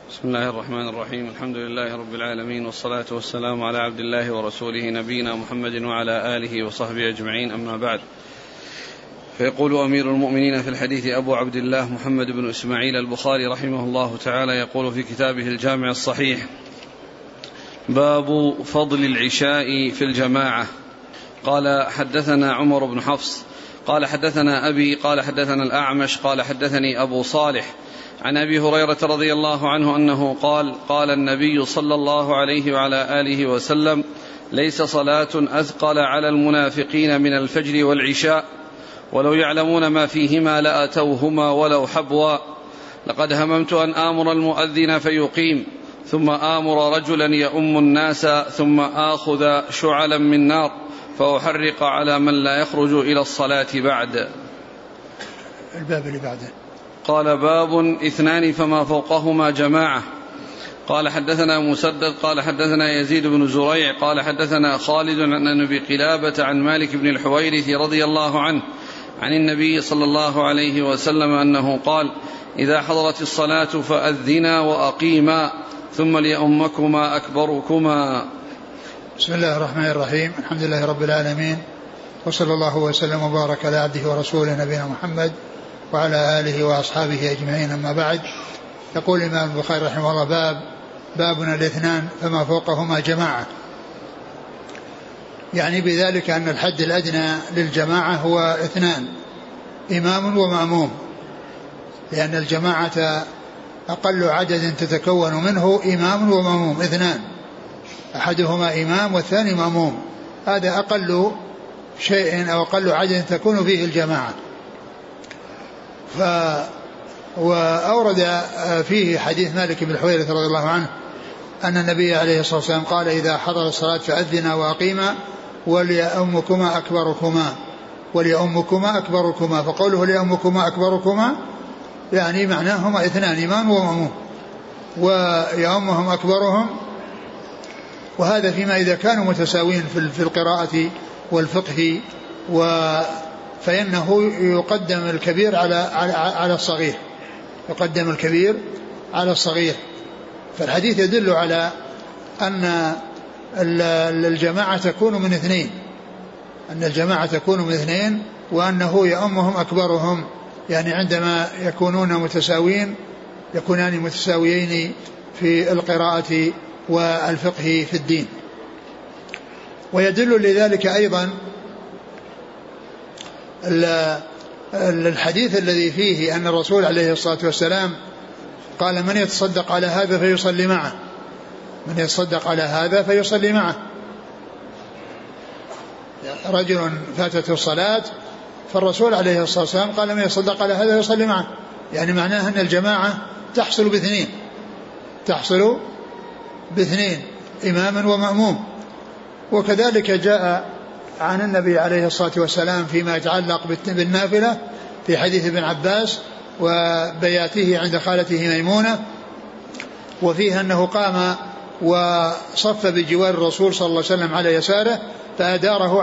بسم الله الرحمن الرحيم. الحمد لله رب العالمين، والصلاة والسلام على عبد الله ورسوله نبينا محمد وعلى آله وصحبه أجمعين، أما بعد. فيقول أمير المؤمنين في الحديث أبو عبد الله محمد بن إسماعيل البخاري رحمه الله تعالى، يقول في كتابه الجامع الصحيح: باب فضل العشاء في الجماعة. قال: حدثنا عمر بن حفص قال حدثنا أبي قال حدثنا الأعمش قال حدثني أبو صالح عن أبي هريرة رضي الله عنه أنه قال: قال النبي صلى الله عليه وعلى آله وسلم: ليس صلاة أثقل على المنافقين من الفجر والعشاء، ولو يعلمون ما فيهما لأتوهما ولو حبوا. لقد هممت أن آمر المؤذن فيقيم، ثم آمر رجلا يؤم الناس، ثم آخذ شعلا من نار فأحرق على من لا يخرج إلى الصلاة بعد. الباب اللي بعده قال: باب 2 فما فوقهما جماعة. قال: حدثنا مسدد قال حدثنا يزيد بن زريع قال حدثنا خالد عن أبي قلابة عن مالك بن الحويرث رضي الله عنه عن النبي صلى الله عليه وسلم أنه قال: إذا حضرت الصلاة فأذنا وأقيما، ثم ليؤمكما أكبركما. بسم الله الرحمن الرحيم. الحمد لله رب العالمين، وصلى الله وسلم وبارك على عبده ورسوله نبينا محمد وعلى آله وأصحابه أجمعين، أما بعد. يقول الإمام البخاري رحمه الله: بابنا 2 فما فوقهما جماعة، يعني بذلك أن الحد الأدنى للجماعة هو 2، إمام ومأموم، لأن الجماعة أقل عدد تتكون منه إمام ومأموم 2، أحدهما إمام والثاني مأموم، هذا أقل شيء أو أقل عدد تكون فيه الجماعة. وأورد فيه حديث مالك بن الحويرث رضي الله عنه أن النبي عليه الصلاة والسلام قال: إذا حضر الصلاة فأذنا وأقيما وليؤمكما أكبركما. فقوله ليؤمكما أكبركما يعني معناهما 2، إمام ومأموم، ويؤمهم أكبرهم، وهذا فيما إذا كانوا متساوين في القراءة والفقه، فإنه يقدم الكبير على الصغير، يقدم الكبير على الصغير. فالحديث يدل على أن الجماعة تكون من 2، أن الجماعة تكون من 2، وأنه يؤمهم أكبرهم، يعني عندما يكونان متساويين في القراءة والفقه في الدين. ويدل لذلك أيضا الحديث الذي فيه أن الرسول عليه الصلاة والسلام قال: من يتصدق على هذا فيصلي معه، من يتصدق على هذا فيصلي معه. رجل فاتته الصلاة فالرسول عليه الصلاة والسلام قال: من يتصدق على هذا فيصلي معه، يعني معناه أن الجماعة تحصل باثنين، إماما ومأموم. وكذلك جاء عن النبي عليه الصلاة والسلام فيما يتعلق بالنافلة في حديث ابن عباس وبياته عند خالته ميمونة، وفيها أنه قام وصف بجوار الرسول صلى الله عليه وسلم على يساره فأداره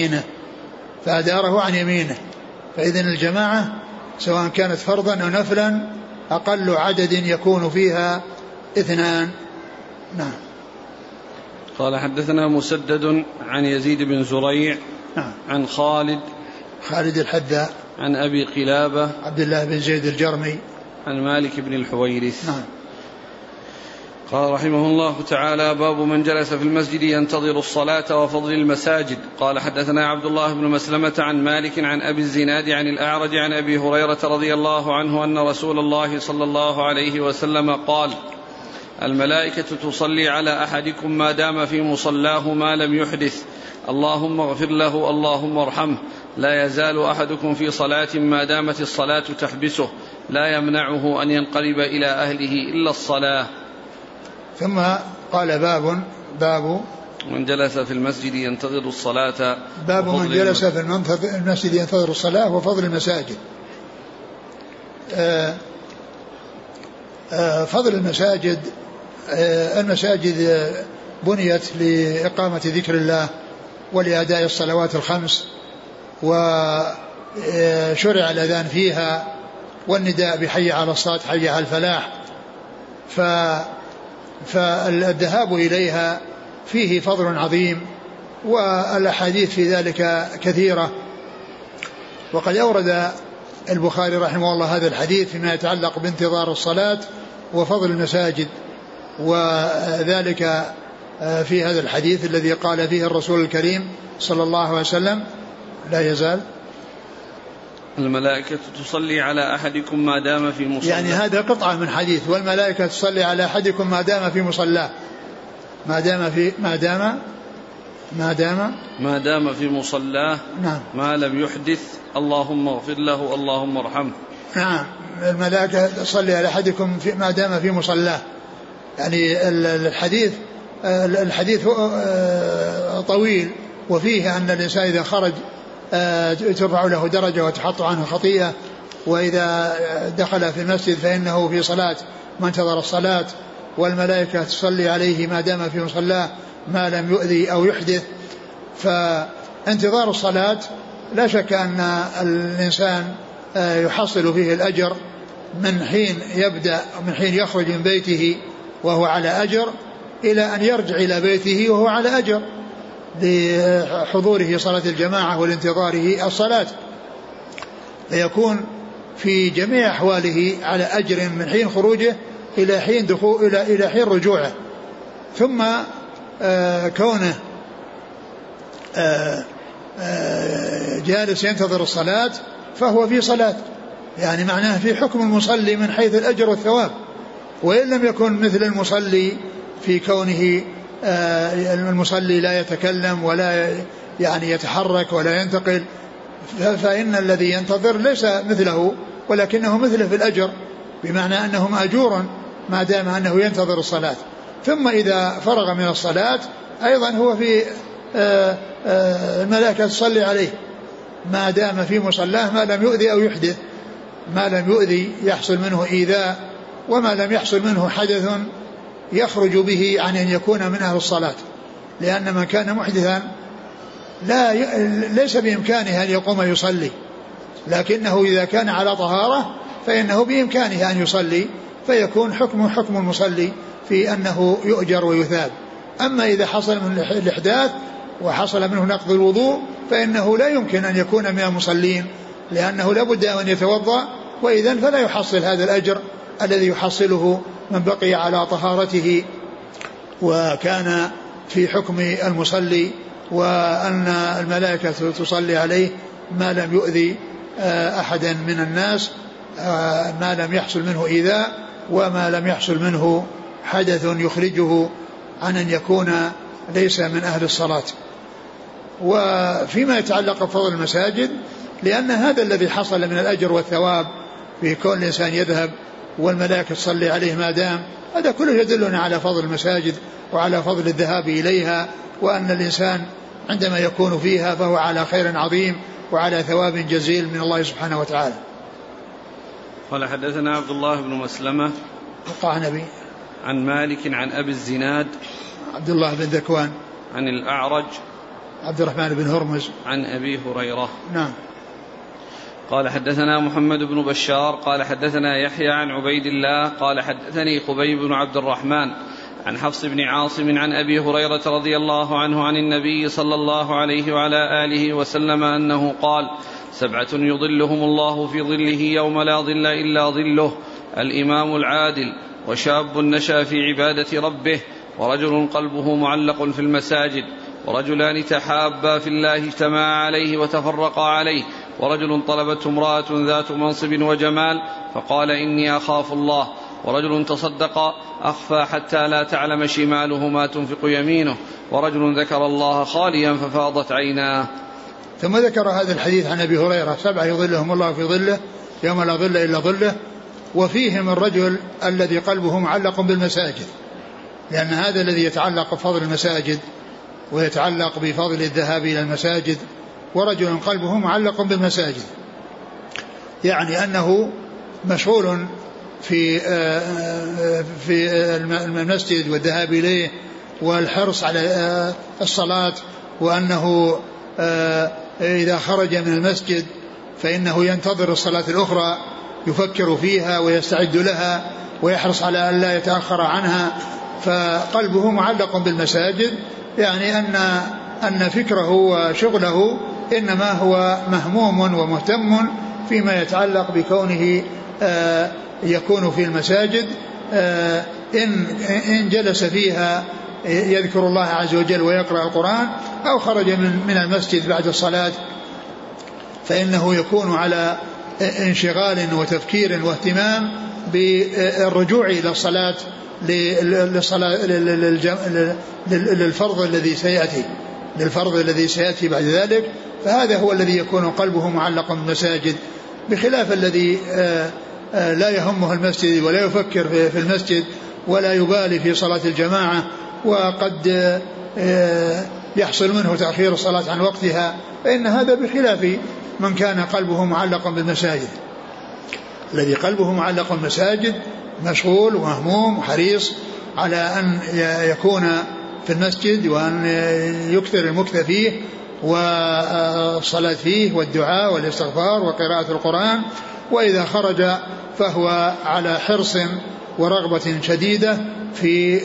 عن يمينه. فإذن الجماعة سواء كانت فرضا أو نفلا أقل عدد يكون فيها 2. نعم. قال: حدثنا مسدد عن يزيد بن زريع عن خالد الحذاء عن أبي قلابة عبد الله بن زيد الجرمي عن مالك بن الحويرث. نعم. قال رحمه الله تعالى: باب من جلس في المسجد ينتظر الصلاة وفضل المساجد. قال: حدثنا عبد الله بن مسلمة عن مالك عن أبي الزناد عن الأعرج عن أبي هريرة رضي الله عنه أن رسول الله صلى الله عليه وسلم قال: الملائكة تصلي على أحدكم ما دام في مصلاه ما لم يحدث، اللهم اغفر له اللهم ارحمه. لا يزال أحدكم في صلاة ما دامت الصلاة تحبسه، لا يمنعه أن ينقلب إلى أهله إلا الصلاة. ثم قال: باب من جلس في المسجد ينتظر الصلاة. باب من جلس في المسجد ينتظر الصلاة وفضل المساجد. فضل المساجد بنيت لإقامة ذكر الله ولأداء الصلوات الخمس، وشرع الأذان فيها والنداء بحي على الصلاة حي على الفلاح، فالذهاب إليها فيه فضل عظيم، والأحاديث في ذلك كثيرة. وقد أورد البخاري رحمه الله هذا الحديث فيما يتعلق بانتظار الصلاة وفضل المساجد، وذلك في هذا الحديث الذي قال فيه الرسول الكريم صلى الله عليه وسلم: لا يزال الملائكة تصلي على أحدكم ما دام في مصلاه. يعني هذا قطعة من حديث: والملائكة تصلي على أحدكم ما دام في مصلاه، ما دام في مصلاه. نعم. ما لم يحدث اللهم اغفر له اللهم ارحمه. نعم. الملائكة تصلي على أحدكم ما دام في مصلاه. يعني الحديث طويل، وفيه أن الإنسان إذا خرج ترفع له درجة وتحط عنه خطيئة، وإذا دخل في المسجد فإنه في صلاة ما انتظر الصلاة، والملائكة تصلي عليه ما دام في مصلاه ما لم يؤذي أو يحدث. فانتظار الصلاة لا شك أن الإنسان يحصل فيه الأجر من حين يبدأ، من حين يخرج من بيته وهو على أجر، إلى أن يرجع إلى بيته وهو على أجر لحضوره صلاة الجماعة والانتظاره الصلاة، فيكون في جميع أحواله على أجر من حين خروجه إلى حين دخول إلى حين رجوعه. ثم كونه جالس ينتظر الصلاة فهو في صلاة، يعني معناه في حكم المصلي من حيث الأجر والثواب، وإن لم يكن مثل المصلي في كونه المصلي لا يتكلم ولا يعني يتحرك ولا ينتقل، فإن الذي ينتظر ليس مثله ولكنه مثله في الأجر، بمعنى أنه مأجور ما دام أنه ينتظر الصلاة. ثم إذا فرغ من الصلاة أيضا هو في الملائكة تصلي عليه ما دام في مصلاه ما لم يؤذي أو يحدث، ما لم يؤذي يحصل منه إيذاء، وما لم يحصل منه حدث يخرج به عن أن يكون من أهل الصلاة، لأن من كان محدثا ليس بإمكانه أن يقوم يصلي، لكنه إذا كان على طهارة فإنه بإمكانه أن يصلي، فيكون حكم المصلي في أنه يؤجر ويثاب. أما إذا حصل من الإحداث وحصل منه نقض الوضوء فإنه لا يمكن أن يكون من المصلين، لأنه لا بد أن يتوضأ، وإذن فلا يحصل هذا الأجر الذي يحصله من بقي على طهارته وكان في حكم المصلي، وأن الملائكة تصلي عليه ما لم يؤذي أحدا من الناس، ما لم يحصل منه إيذاء وما لم يحصل منه حدث يخرجه عن أن يكون ليس من أهل الصلاة. وفيما يتعلق بفضل المساجد، لأن هذا الذي حصل من الأجر والثواب في كون الإنسان يذهب والملائكة تصلي عليه ما دام، هذا كله يدلنا على فضل المساجد وعلى فضل الذهاب إليها، وأن الإنسان عندما يكون فيها فهو على خير عظيم وعلى ثواب جزيل من الله سبحانه وتعالى. قال حدثنا عبد الله بن مسلمة القعنبي عن مالك عن أبي الزناد عبد الله بن ذكوان عن الأعرج عبد الرحمن بن هرمز عن أبي هريرة. نعم. قال حدثنا محمد بن بشار قال حدثنا يحيى عن عبيد الله قال حدثني خبيب بن عبد الرحمن عن حفص بن عاصم عن أبي هريرة رضي الله عنه عن النبي صلى الله عليه وعلى آله وسلم أنه قال: 7 يظلهم الله في ظله يوم لا ظل إلا ظله: الإمام العادل، وشاب نشأ في عبادة ربه، ورجل قلبه معلق في المساجد، ورجلان تحابا في الله اجتمعا عليه وتفرقا عليه، ورجل طلبته امرأة ذات منصب وجمال فقال: إني أخاف الله، ورجل تصدق أخفى حتى لا تعلم شماله ما تنفق يمينه، ورجل ذكر الله خاليا ففاضت عيناه. ثم ذكر هذا الحديث عن أبي هريرة: 7 يظلهم الله في ظله يوم لا ظل إلا ظله، وفيهم الرجل الذي قلبه معلق بالمساجد، لأن هذا الذي يتعلق بفضل المساجد ويتعلق بفضل الذهاب إلى المساجد، ورجل قلبه معلق بالمساجد، يعني أنه مشغول في المسجد والذهاب إليه والحرص على الصلاة، وأنه إذا خرج من المسجد فإنه ينتظر الصلاة الأخرى يفكر فيها ويستعد لها ويحرص على أن لا يتأخر عنها، فقلبه معلق بالمساجد، يعني أن فكره وشغله إنما هو مهموم ومهتم فيما يتعلق بكونه يكون في المساجد، إن جلس فيها يذكر الله عز وجل ويقرأ القرآن، أو خرج من المسجد بعد الصلاة، فإنه يكون على انشغال وتفكير واهتمام بالرجوع إلى الصلاة للفرض الذي سيأتي بعد ذلك. فهذا هو الذي يكون قلبه معلق بالمساجد، بخلاف الذي لا يهمه المسجد ولا يفكر في المسجد ولا يبالي في صلاة الجماعة، وقد يحصل منه تأخير الصلاة عن وقتها، فإن هذا بخلاف من كان قلبه معلقا بالمساجد. الذي قلبه معلق بالمساجد مشغول ومهموم وحريص على أن يكون في المسجد وأن يكثر المكث فيه والصلاة فيه والدعاء والاستغفار وقراءة القرآن، وإذا خرج فهو على حرص ورغبة شديدة في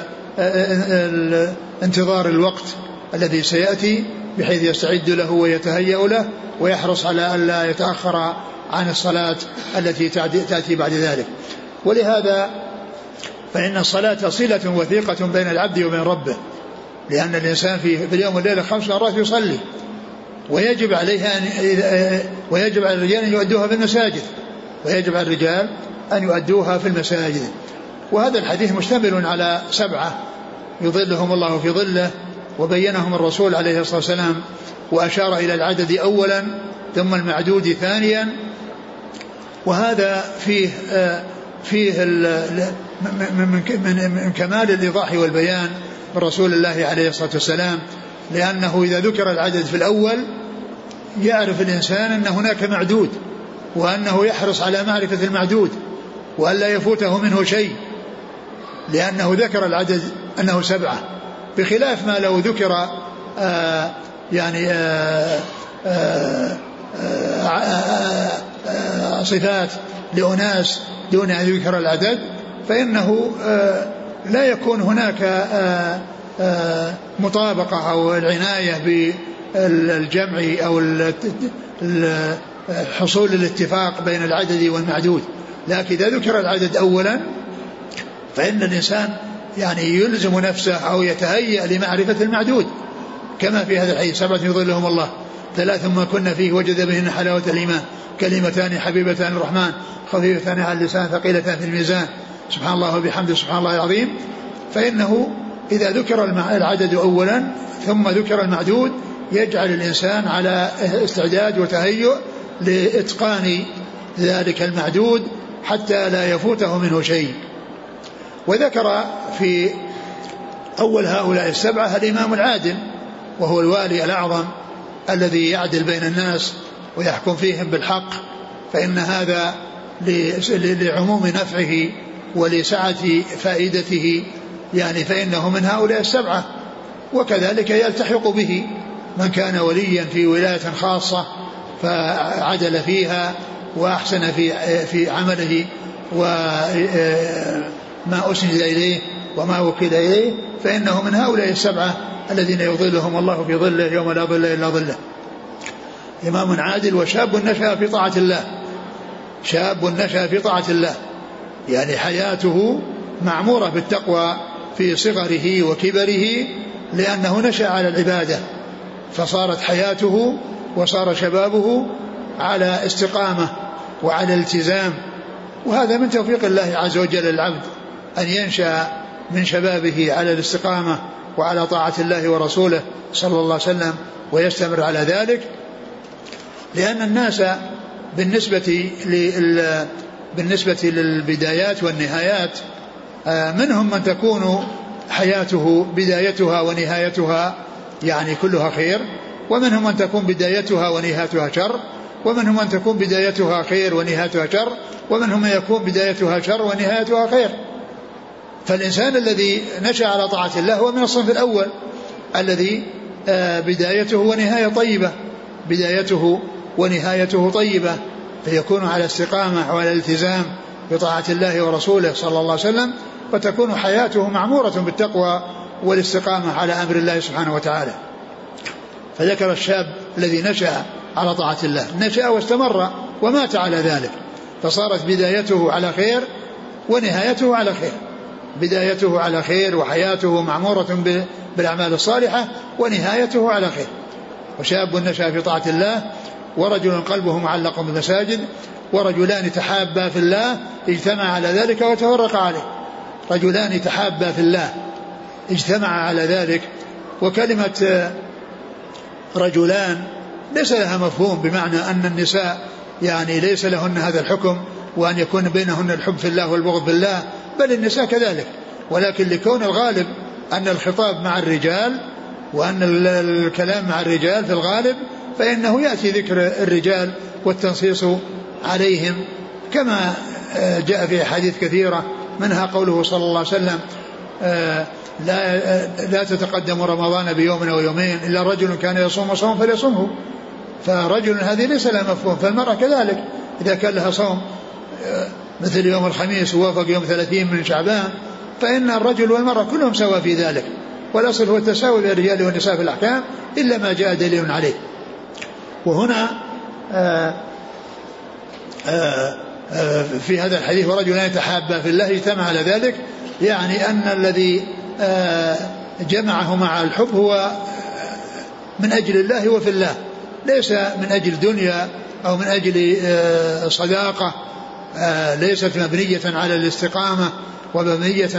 انتظار الوقت الذي سيأتي، بحيث يستعد له ويتهيأ له ويحرص على أن لا يتأخر عن الصلاة التي تأتي بعد ذلك. ولهذا فإن الصلاة صلة وثيقة بين العبد وبين ربه، لأن الإنسان في اليوم والليلة 5 مرات يصلي، ويجب على الرجال أن يؤدوها في المساجد، ويجب على الرجال أن يؤدوها في المساجد. وهذا الحديث مشتمل على 7 يظلهم الله في ظله، وبينهم الرسول عليه الصلاة والسلام، وأشار إلى العدد أولا ثم المعدود ثانيا. وهذا فيه من كمال الإيضاح والبيان من رسول الله عليه الصلاة والسلام، لأنه إذا ذكر العدد في الأول يعرف الإنسان أن هناك معدود، وأنه يحرص على معرفة المعدود وأن لا يفوته منه شيء، لأنه ذكر العدد أنه 7، بخلاف ما لو ذكر صفات لأناس دون أن يذكر العدد، فإنه لا يكون هناك مطابقة أو العناية بالجمع أو حصول الاتفاق بين العدد والمعدود. لكن إذا ذكر العدد أولا فإن الإنسان يعني يلزم نفسه أو يتهيأ لمعرفة المعدود، كما في هذا الحديث 7 يظلهم الله 3 ما كنا فيه وجد بهن حلاوة الإيمان، كلمتان حبيبتان الرحمن خفيفتان على اللسان ثقيلتان في الميزان، سبحان الله وبحمده سبحان الله العظيم. فإنه إذا ذكر العدد أولا ثم ذكر المعدود يجعل الإنسان على استعداد وتهيؤ لإتقان ذلك المعدود حتى لا يفوته منه شيء. وذكر في أول هؤلاء 7 الإمام العادل، وهو الوالي الأعظم الذي يعدل بين الناس ويحكم فيهم بالحق، فإن هذا لعموم نفعه ولسعة فائدته، يعني فإنه من هؤلاء 7. وكذلك يلتحق به من كان وليا في ولاية خاصة فعدل فيها وأحسن في عمله وما أسند إليه وما وكل إليه، فإنه من هؤلاء 7 الذين يظلهم الله في ظله يوم لا ظل إلا ظله. إمام عادل وشاب نشأ في طاعة الله، شاب نشأ في طاعة الله، يعني حياته معمورة بالتقوى في صغره وكبره، لأنه نشأ على العبادة، فصارت حياته وصار شبابه على استقامة وعلى التزام. وهذا من توفيق الله عز وجل للعبد أن ينشأ من شبابه على الاستقامة وعلى طاعة الله ورسوله صلى الله عليه وسلم ويستمر على ذلك. لأن الناس بالنسبة للبدايات والنهايات منهم من تكون حياته بدايتها ونهايتها يعني كلها خير، ومنهم من تكون بدايتها ونهايتها شر، ومنهم من تكون بدايتها خير ونهايتها شر، ومنهم من يكون بدايتها شر ونهايتها خير. فالإنسان الذي نشأ على طاعة الله هو من الصنف الأول الذي بدايته ونهاية طيبة، بدايته ونهايته طيبة، فيكون على استقامة وعلى الالتزام بطاعة الله ورسوله صلى الله عليه وسلم، وتكون حياته معمورة بالتقوى والاستقامة على أمر الله سبحانه وتعالى. فذكر الشاب الذي نشأ على طاعة الله، نشأ واستمر ومات على ذلك، فصارت بدايته على خير ونهايته على خير، بدايته على خير وحياته معمورة بالأعمال الصالحة ونهايته على خير. وشاب نشأ في طاعة الله، ورجل قلبه معلق بالمساجد، ورجلان تحابا في الله اجتمع على ذلك وتفرقا عليه. رجلان تحابا في الله اجتمع على ذلك. وكلمة رجلان ليس لها مفهوم بمعنى أن النساء يعني ليس لهن هذا الحكم وأن يكون بينهن الحب في الله والبغض في الله، بل النساء كذلك، ولكن لكون الغالب أن الخطاب مع الرجال وأن الكلام مع الرجال في الغالب، فإنه يأتي ذكر الرجال والتنصيص عليهم، كما جاء في حديث كثيرة منها قوله صلى الله عليه وسلم لا تتقدم رمضان بيوم أو يومين إلا رجل كان يصوم صوم فليصومه. فرجل هذه ليس لها مفهوم. فالمرأة كذلك إذا كان لها صوم مثل يوم الخميس ووافق يوم 30 من شعبان، فإن الرجل والمرأة كلهم سوا في ذلك، والأصل هو التساوي بين الرجال والنساء في الأحكام إلا ما جاء دليل عليه. وهنا في هذا الحديث ورجلان يتحابا في الله اجتمع على ذلك، يعني أن الذي جمعه مع الحب هو من أجل الله وفي الله، ليس من أجل دنيا أو من أجل صداقة، ليست مبنية على الاستقامة ومبنية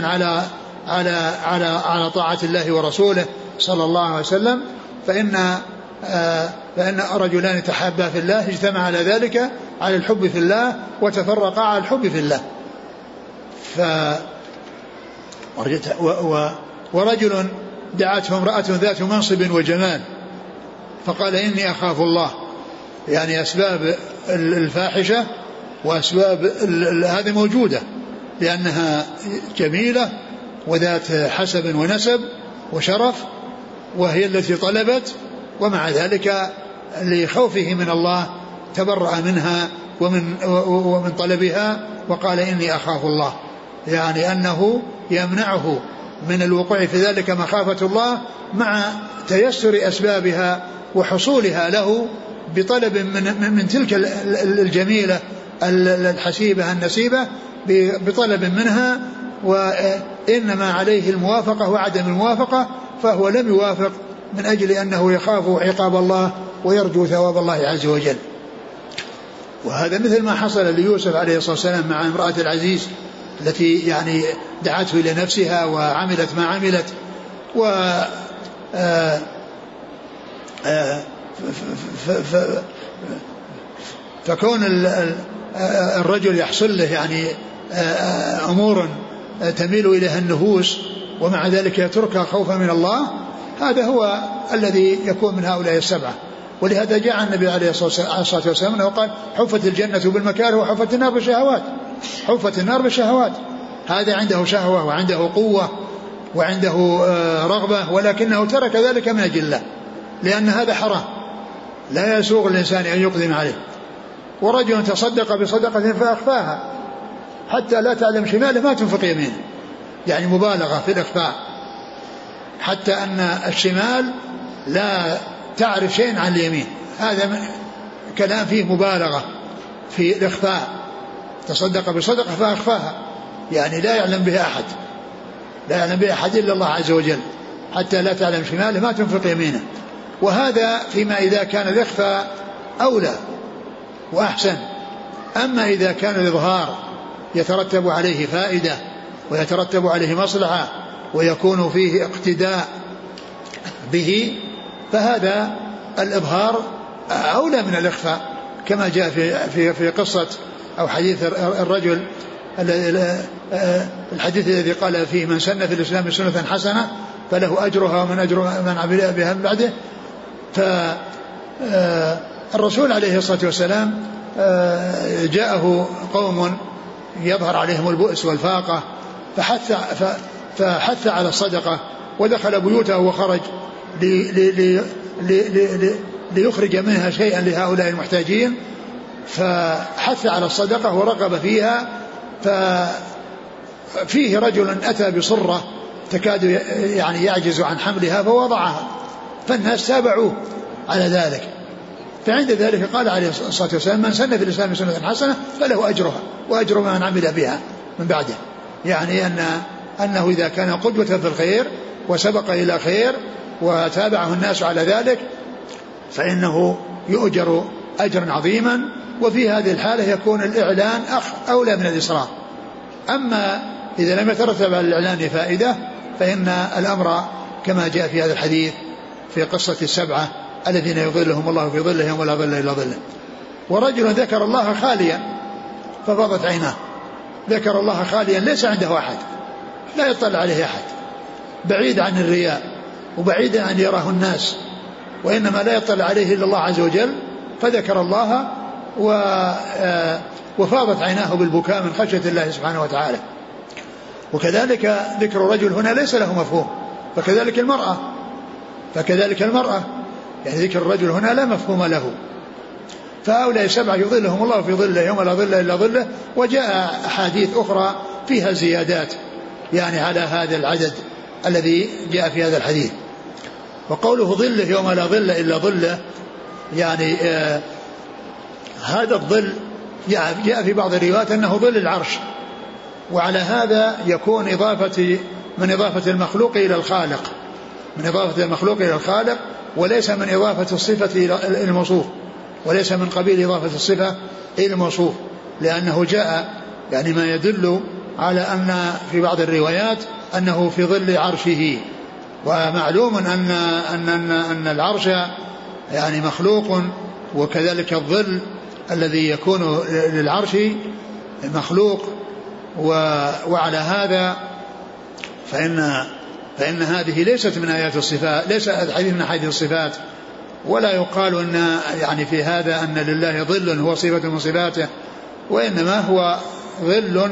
على طاعة الله ورسوله صلى الله عليه وسلم. فإن رجلان تحابا في الله اجتمع على ذلك على الحب في الله وتفرقا على الحب في الله. ورجل دعته امرأة ذات منصب وجمال فقال إني أخاف الله، يعني أسباب الفاحشة وأسباب هذه موجودة لأنها جميلة وذات حسب ونسب وشرف، وهي التي طلبت، ومع ذلك لخوفه من الله تبرأ منها ومن طلبها وقال إني أخاف الله، يعني أنه يمنعه من الوقوع في ذلك مخافة الله مع تيسر أسبابها وحصولها له بطلب من تلك الجميلة الحسيبة النسيبة بطلب منها، وإنما عليه الموافقة وعدم الموافقة، فهو لم يوافق من أجل أنه يخاف عقاب الله ويرجو ثواب الله عز وجل. وهذا مثل ما حصل ليوسف عليه الصلاة والسلام مع امرأة العزيز التي يعني دعته إلى نفسها وعملت ما عملت، فكون الرجل يحصل له يعني أمور تميل إليها النفوس ومع ذلك يتركها خوفا من الله، هذا هو الذي يكون من هؤلاء السبعة. ولهذا جاء النبي عليه الصلاة والسلام وقال حفت الجنة بالمكاره وحفت النار بالشهوات. حفت النار بالشهوات، هذا عنده شهوة وعنده قوة وعنده رغبة، ولكنه ترك ذلك من أجل الله، لأن هذا حرام لا يسوغ الإنسان أن يقدم عليه. ورجل تصدق بصدقة فأخفاها حتى لا تعلم شماله ما تنفق يمينه، يعني مبالغة في الإخفاء، حتى أن الشمال لا تعرف شيء عن اليمين، هذا كلام فيه مبالغة في الإخفاء. تصدق بصدقة فأخفاها، يعني لا يعلم بها أحد، لا يعلم بها أحد إلا الله عز وجل، حتى لا تعلم شماله ما تنفق يمينه. وهذا فيما إذا كان الإخفاء أولى وأحسن. أما إذا كان الإظهار يترتب عليه فائدة ويترتب عليه مصلحة ويكون فيه اقتداء به، فهذا الإظهار أولى من الإخفاء، كما جاء في قصة أو حديث الرجل الحديث الذي قال فيه من سن في الإسلام سنة حسنة فله أجرها ومن أجر من عمل بها من بعده. فالرسول عليه الصلاة والسلام جاءه قوم يظهر عليهم البؤس والفاقة فحث على الصدقة، ودخل بيوته وخرج ليخرج منها شيئا لهؤلاء المحتاجين، فحث على الصدقة ورغب فيها. ففيه رجل أتى بصرة تكاد يعني يعجز عن حملها فوضعها، فالناس تابعوه على ذلك. فعند ذلك قال عليه الصلاة والسلام: من سن في الإسلام سنة حسنة فله أجرها وأجر من عمل بها من بعده. يعني أنه إذا كان قدوة في الخير وسبق إلى خير وتابعه الناس على ذلك فإنه يؤجر أجرا عظيما. وفي هذه الحالة يكون الإعلان أولى من الإصرار. أما إذا لم يترتب على الإعلان فائدة فإن الأمر كما جاء في هذا الحديث في قصة السبعة الذين يظلهم الله في ظله يوم لا ظل إلا ظله. ورجل ذكر الله خاليا ففاضت عيناه، ذكر الله خاليا ليس عنده أحد، لا يطلع عليه أحد، بعيد عن الرياء وبعيد عن يراه الناس، وإنما لا يطلع عليه إلا الله عز وجل، فذكر الله وفاضت عيناه بالبكاء من خشية الله سبحانه وتعالى. وكذلك ذكر الرجل هنا ليس له مفهوم، فكذلك المرأة يعني ذكر الرجل هنا لا مفهوم له. فهؤلاء السبعة يظلهم الله في ظله يوم لا ظل إلا ظله. وجاء أحاديث أخرى فيها زيادات يعني على هذا العدد الذي جاء في هذا الحديث. وقوله ظله يوم لا ظل إلا ظله يعني هذا الظل جاء في بعض الروايات أنه ظل العرش، وعلى هذا يكون من إضافة المخلوق إلى الخالق، من إضافة المخلوق إلى الخالق، وليس من إضافة الصفة إلى الموصوف، وليس من قبيل إضافة الصفة إلى الموصوف، لأنه جاء يعني ما يدل على أن في بعض الروايات أنه في ظل عرشه. ومعلوم أن العرش يعني مخلوق، وكذلك الظل الذي يكون للعرش مخلوق. وعلى هذا فإن هذه ليست من آيات الصفات، ليس حديث من حديث الصفات، ولا يقال أن يعني في هذا أن لله ظل هو صفة من صفاته، وإنما هو ظل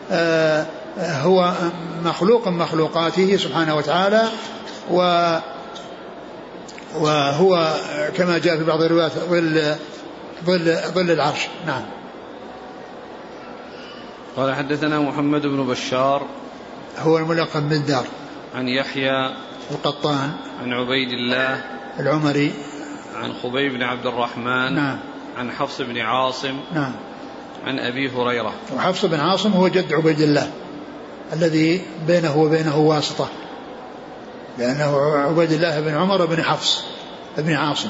هو مخلوق من مخلوقاته سبحانه وتعالى. وهو كما جاء في بعض الروايات ظل العرش. نعم. قال حدثنا محمد بن بشار هو الملقب بالدار، عن يحيى القطان، عن عبيد الله العمري، عن خبيب بن عبد الرحمن، نعم، عن حفص بن عاصم، نعم، عن أبي هريرة. وحفص بن عاصم هو جد عبيد الله الذي بينه وبينه واسطة، لأنه عبيد الله بن عمر بن حفص بن عاصم،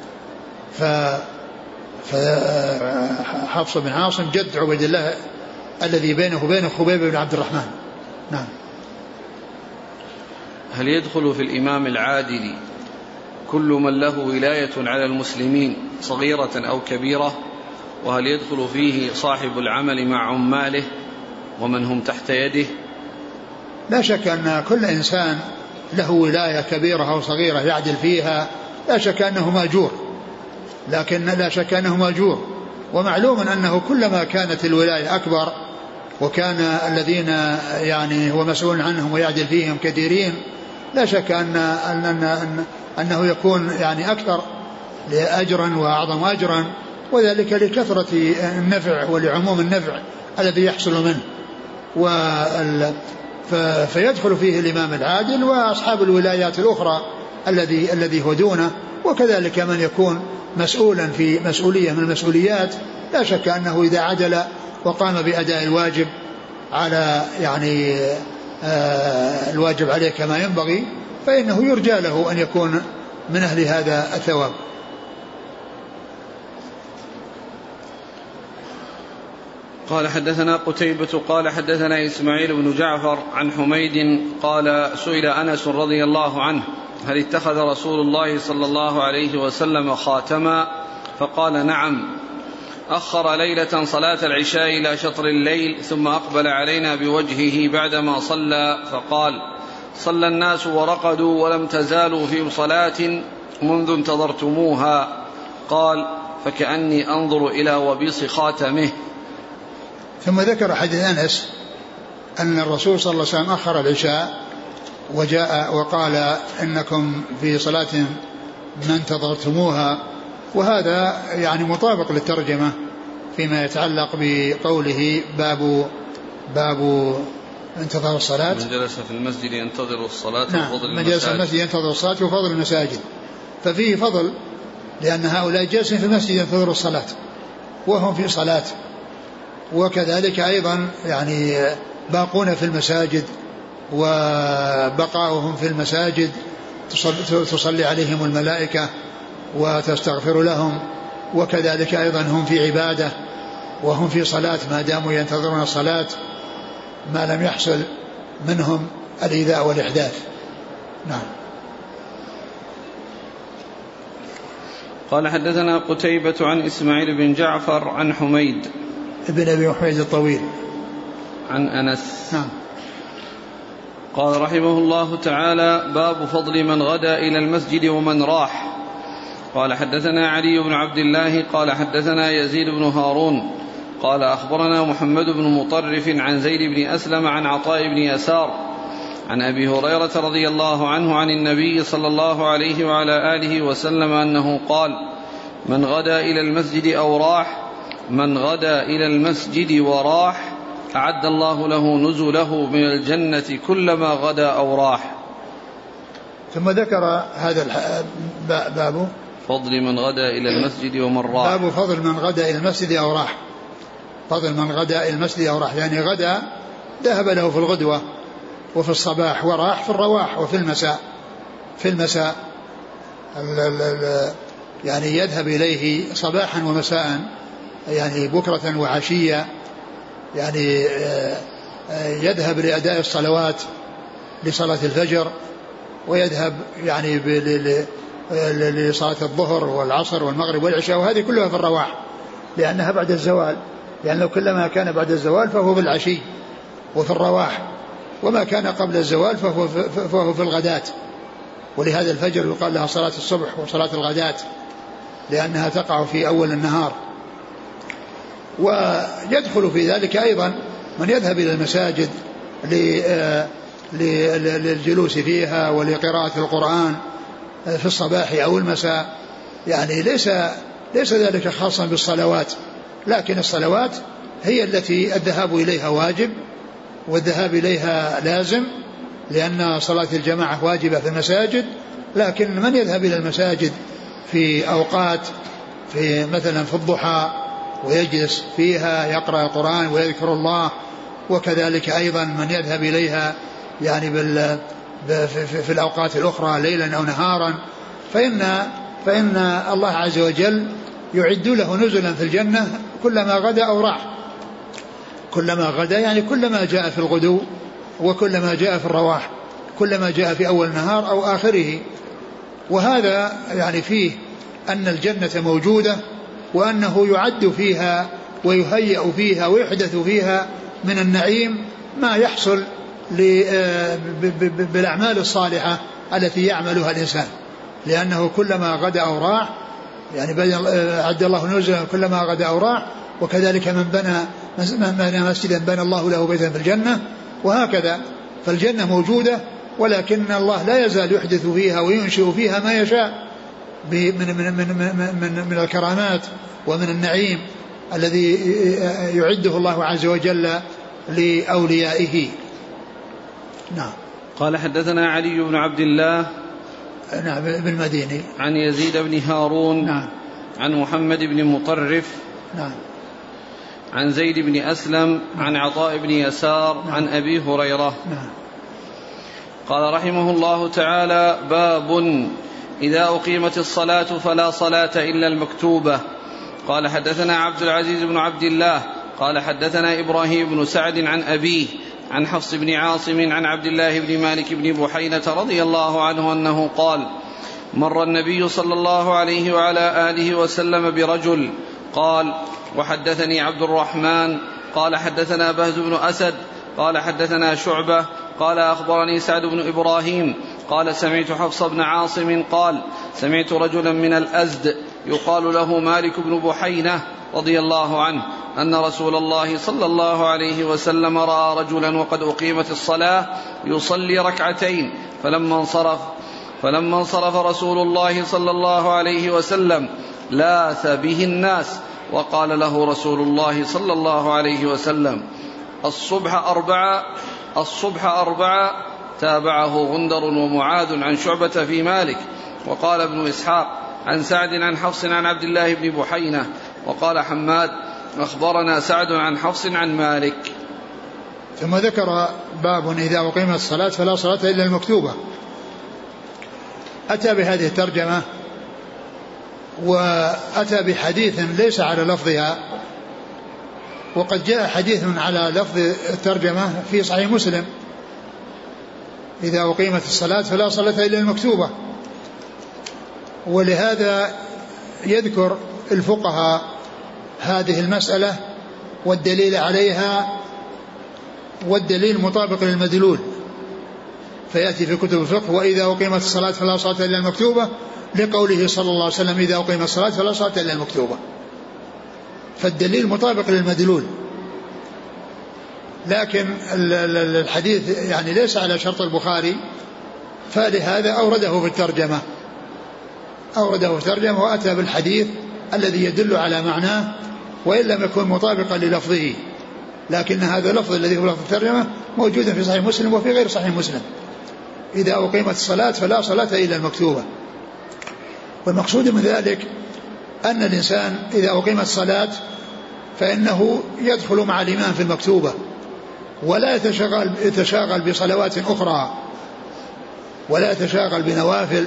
فحفص بن عاصم جد عبيد الله الذي بينه وبين خبيب بن عبد الرحمن. نعم. هل يدخل في الإمام العادل كل من له ولاية على المسلمين صغيرة أو كبيرة؟ وهل يدخل فيه صاحب العمل مع عماله ومن هم تحت يده؟ لا شك أن كل إنسان له ولاية كبيرة أو صغيرة يعدل فيها لا شك أنه مأجور، لكن لا شك أنه مأجور. ومعلوم أنه كلما كانت الولاية أكبر وكان الذين يعني هو مسؤول عنهم ويعدل فيهم كثيرين لا شك أنه يكون يعني أكثر أجرا وأعظم أجرا، وذلك لكثرة النفع ولعموم النفع الذي يحصل منه. فيدخل فيه الإمام العادل وأصحاب الولايات الأخرى الذي هو دونه، وكذلك من يكون مسؤولا في مسؤولية من المسؤوليات لا شك أنه إذا عدل وقام بأداء الواجب على يعني الواجب عليه كما ينبغي فإنه يرجى له أن يكون من أهل هذا الثواب. قال حدثنا قتيبة قال حدثنا إسماعيل بن جعفر عن حميد قال سئل أنس رضي الله عنه هل اتخذ رسول الله صلى الله عليه وسلم خاتما؟ فقال نعم. أخر ليلة صلاة العشاء إلى شطر الليل ثم أقبل علينا بوجهه بعدما صلى فقال صلى الناس ورقدوا ولم تزالوا في صلاة منذ انتظرتموها. قال فكأني أنظر إلى وبيص خاتمه. ثم ذكر حديث أنس أن الرسول صلى الله عليه وسلم أخر العشاء وجاء وقال إنكم في صلاة ما انتظرتموها، وهذا يعني مطابق للترجمة فيما يتعلق بقوله باب انتظار الصلاة. من جلس في المسجد ينتظر الصلاة. نعم من جلس في المسجد ينتظر الصلاة وفضل المساجد، ففيه فضل لأن هؤلاء جالسين في المسجد ينتظروا الصلاة وهم في صلاة، وكذلك أيضا يعني باقون في المساجد وبقاؤهم في المساجد تصلي عليهم الملائكة وتستغفر لهم، وكذلك أيضا هم في عبادة وهم في صلاة ما داموا ينتظرون الصلاة ما لم يحصل منهم الإيذاء والإحداث. نعم. قال حدثنا قتيبة عن إسماعيل بن جعفر عن حميد ابن أبي حميد الطويل عن أنس. نعم. قال رحمه الله تعالى: باب فضل من غدا إلى المسجد ومن راح. قال حدثنا علي بن عبد الله قال حدثنا يزيد بن هارون قال أخبرنا محمد بن مطرف عن زيد بن أسلم عن عطاء بن يسار عن أبي هريرة رضي الله عنه عن النبي صلى الله عليه وعلى آله وسلم أنه قال: من غدا إلى المسجد أو راح، من غدا إلى المسجد وراح أعد الله له نزله من الجنة كلما غدا أو راح. ثم ذكر هذا باب فضل من غدا إلى المسجد ومن راح. باب فضل من غدا إلى المسجد أو راح. فضل من غدا إلى المسجد أو راح، يعني غدا ذهب له في الغدوة وفي الصباح، وراح في الرواح وفي المساء. في المساء يعني يذهب إليه صباحا ومساء، يعني بكرة وعشية، يعني يذهب لأداء الصلوات لصلاة الفجر، ويذهب يعني لصلاة الظهر والعصر والمغرب والعشاء، وهذه كلها في الرواح لأنها بعد الزوال، لأنه كلما كان بعد الزوال فهو في العشي وفي الرواح، وما كان قبل الزوال فهو في الغداة. ولهذا الفجر يقال لها صلاة الصبح وصلاة الغداة لأنها تقع في أول النهار. ويدخل في ذلك أيضا من يذهب إلى المساجد للجلوس فيها ولقراءة القرآن في الصباح أو المساء، يعني ليس ذلك خاصا بالصلوات، لكن الصلوات هي التي الذهاب إليها واجب والذهاب إليها لازم، لأن صلاة الجماعة واجبة في المساجد. لكن من يذهب إلى المساجد في أوقات في مثلا في الضحى ويجلس فيها يقرأ القرآن ويذكر الله، وكذلك أيضا من يذهب إليها يعني في الأوقات الأخرى ليلا أو نهارا، فإن الله عز وجل يعد له نزلا في الجنة كلما غدا أو راح. كلما غدا يعني كلما جاء في الغدو، وكلما جاء في الرواح، كلما جاء في أول النهار أو آخره. وهذا يعني فيه أن الجنة موجودة، وأنه يعد فيها ويهيأ فيها ويحدث فيها من النعيم ما يحصل بالأعمال الصالحة التي يعملها الإنسان، لأنه كلما غدا أو راح يعني عد الله نزلا كلما غدا أو راح. وكذلك من بنى مسجدا بنى الله له بيتا في الجنة، وهكذا. فالجنة موجودة، ولكن الله لا يزال يحدث فيها وينشئ فيها ما يشاء من الكرامات ومن النعيم الذي يعده الله عز وجل لأوليائه. نعم. قال حدثنا علي بن عبد الله نعم بن مديني عن يزيد بن هارون نعم عن محمد بن مطرف نعم عن زيد بن أسلم عن عطاء بن يسار عن أبي هريرة. قال رحمه الله تعالى: باب إذا أقيمت الصلاة فلا صلاة إلا المكتوبة. قال حدثنا عبد العزيز بن عبد الله قال حدثنا إبراهيم بن سعد عن أبيه عن حفص بن عاصم عن عبد الله بن مالك بن بحينة رضي الله عنه أنه قال: مر النبي صلى الله عليه وعلى آله وسلم برجل. قال: وحدثني عبد الرحمن قال حدثنا بهز بن أسد قال حدثنا شعبة قال أخبرني سعد بن إبراهيم قال سمعت حفص بن عاصم قال: سمعت رجلا من الأزد يقال له مالك بن بحينة رضي الله عنه أن رسول الله صلى الله عليه وسلم رأى رجلا وقد أقيمت الصلاة يصلي ركعتين، فلما انصرف رسول الله صلى الله عليه وسلم لاث به الناس وقال له رسول الله صلى الله عليه وسلم: الصبح أربعة. تابعه غندر ومعاذ عن شعبة في مالك. وقال ابن إسحاق عن سعد عن حفص عن عبد الله بن بحينة. وقال حماد: أخبرنا سعد عن حفص عن مالك. ثم ذكر باب إذا أقيمت الصلاة فلا صلاة إلا المكتوبة. أتى بهذه الترجمة وأتى بحديث ليس على لفظها، وقد جاء حديث على لفظ الترجمة في صحيح مسلم: إذا أقيمت الصلاة فلا صلاة إلا المكتوبة. ولهذا يذكر الفقهاء هذه المسألة والدليل عليها، والدليل مطابق للمدلول، فيأتي في كتب الفقه: وإذا أقيمت الصلاة فلا صلاة إلا المكتوبة، لقوله صلى الله عليه وسلم: إذا أقيمت الصلاة فلا صلاة إلا المكتوبة. فالدليل مطابق للمدلول. لكن الحديث يعني ليس على شرط البخاري، فلهذا أورده في الترجمة وأتى بالحديث الذي يدل على معناه وإن لم يكن مطابقا للفظه، لكن هذا اللفظ الذي هو لفظ الترجمة موجود في صحيح مسلم وفي غير صحيح مسلم: إذا أقيمت الصلاة فلا صلاة إلا المكتوبة. والمقصود من ذلك أن الإنسان إذا أقيمت الصلاة فإنه يدخل مع الإمام في المكتوبة، ولا يتشاغل بصلوات أخرى، ولا يتشاغل بنوافل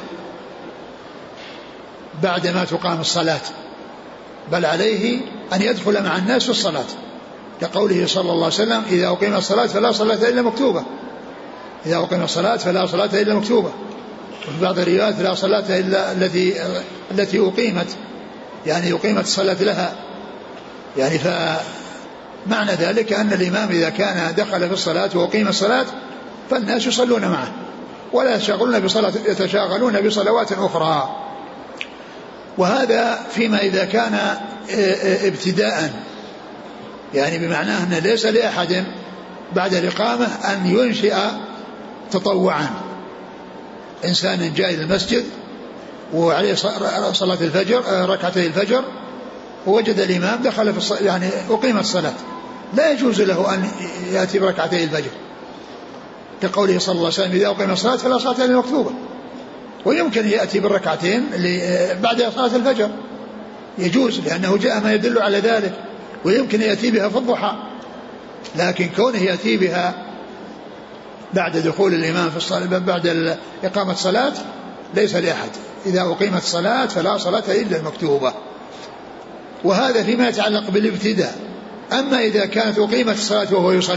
بعدما تقام الصلاة، بل عليه أن يدخل مع الناس في الصلاة، كقوله صلى الله عليه وسلم: إذا أقيمت الصلاة فلا صلاة إلا مكتوبة. إذا أقيمت الصلاة فلا صلاة إلا مكتوبة. وفي بعض الروايات: لا صلاة إلا التي أقيمت، يعني أقيمت الصلاة لها. يعني فمعنى ذلك أن الإمام إذا كان دخل في الصلاة وأقيم الصلاة فالناس يصلون معه ولا يتشاغلون بصلوات أخرى. وهذا فيما إذا كان ابتداء، يعني بمعناه أن ليس لأحد بعد الإقامة أن ينشئ تطوعا. إنسان جاء إلى المسجد وعليه صلاة الفجر، ركعتي الفجر، ووجد الإمام دخل في يعني أقيمت الصلاة، لا يجوز له أن يأتي بركعتي الفجر، كقوله صلى الله عليه وسلم: إذا أقيمت الصلاة فلا صلاة إلا المكتوبة. ويمكن يأتي بالركعتين بعد صلاة الفجر، يجوز، لأنه جاء ما يدل على ذلك. ويمكن يأتي بها في الضحى، لكن كونه يأتي بها بعد دخول الإمام في الصلاة بعد إقامة الصلاة ليس لأحد. إذا أقيمت الصلاة فلا صلاة إلا المكتوبة. وهذا فيما يتعلق بالابتداء. أما إذا كانت أقيمت الصلاة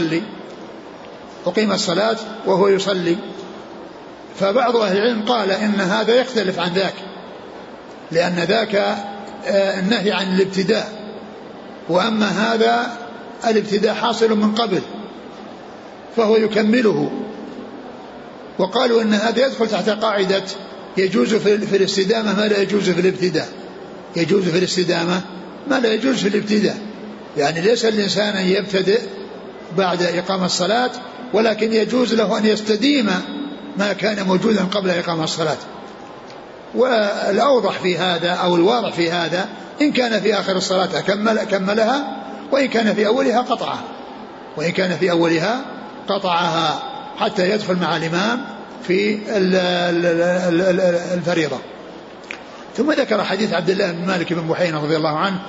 وهو يصلي، فبعض أهل العلم قال إن هذا يختلف عن ذاك، لأن ذاك النهي عن الابتداء، وأما هذا الابتداء حاصل من قبل فهو يكمله. وقالوا إن هذا يدخل تحت قاعدة يجوز في الاستدامة ما لا يجوز في الابتداء. يجوز في الاستدامة ما لا يجوز في الابتداء، يعني ليس الإنسان أن يبتدئ بعد إقامة الصلاة، ولكن يجوز له أن يستديم ما كان موجودا قبل إقامة الصلاة. والأوضح في هذا أو الواضح في هذا إن كان في آخر الصلاة كملها، وإن كان في أولها قطعها حتى يدخل مع الإمام في الفريضة. ثم ذكر حديث عبد الله بن مالك بن بحينة رضي الله عنه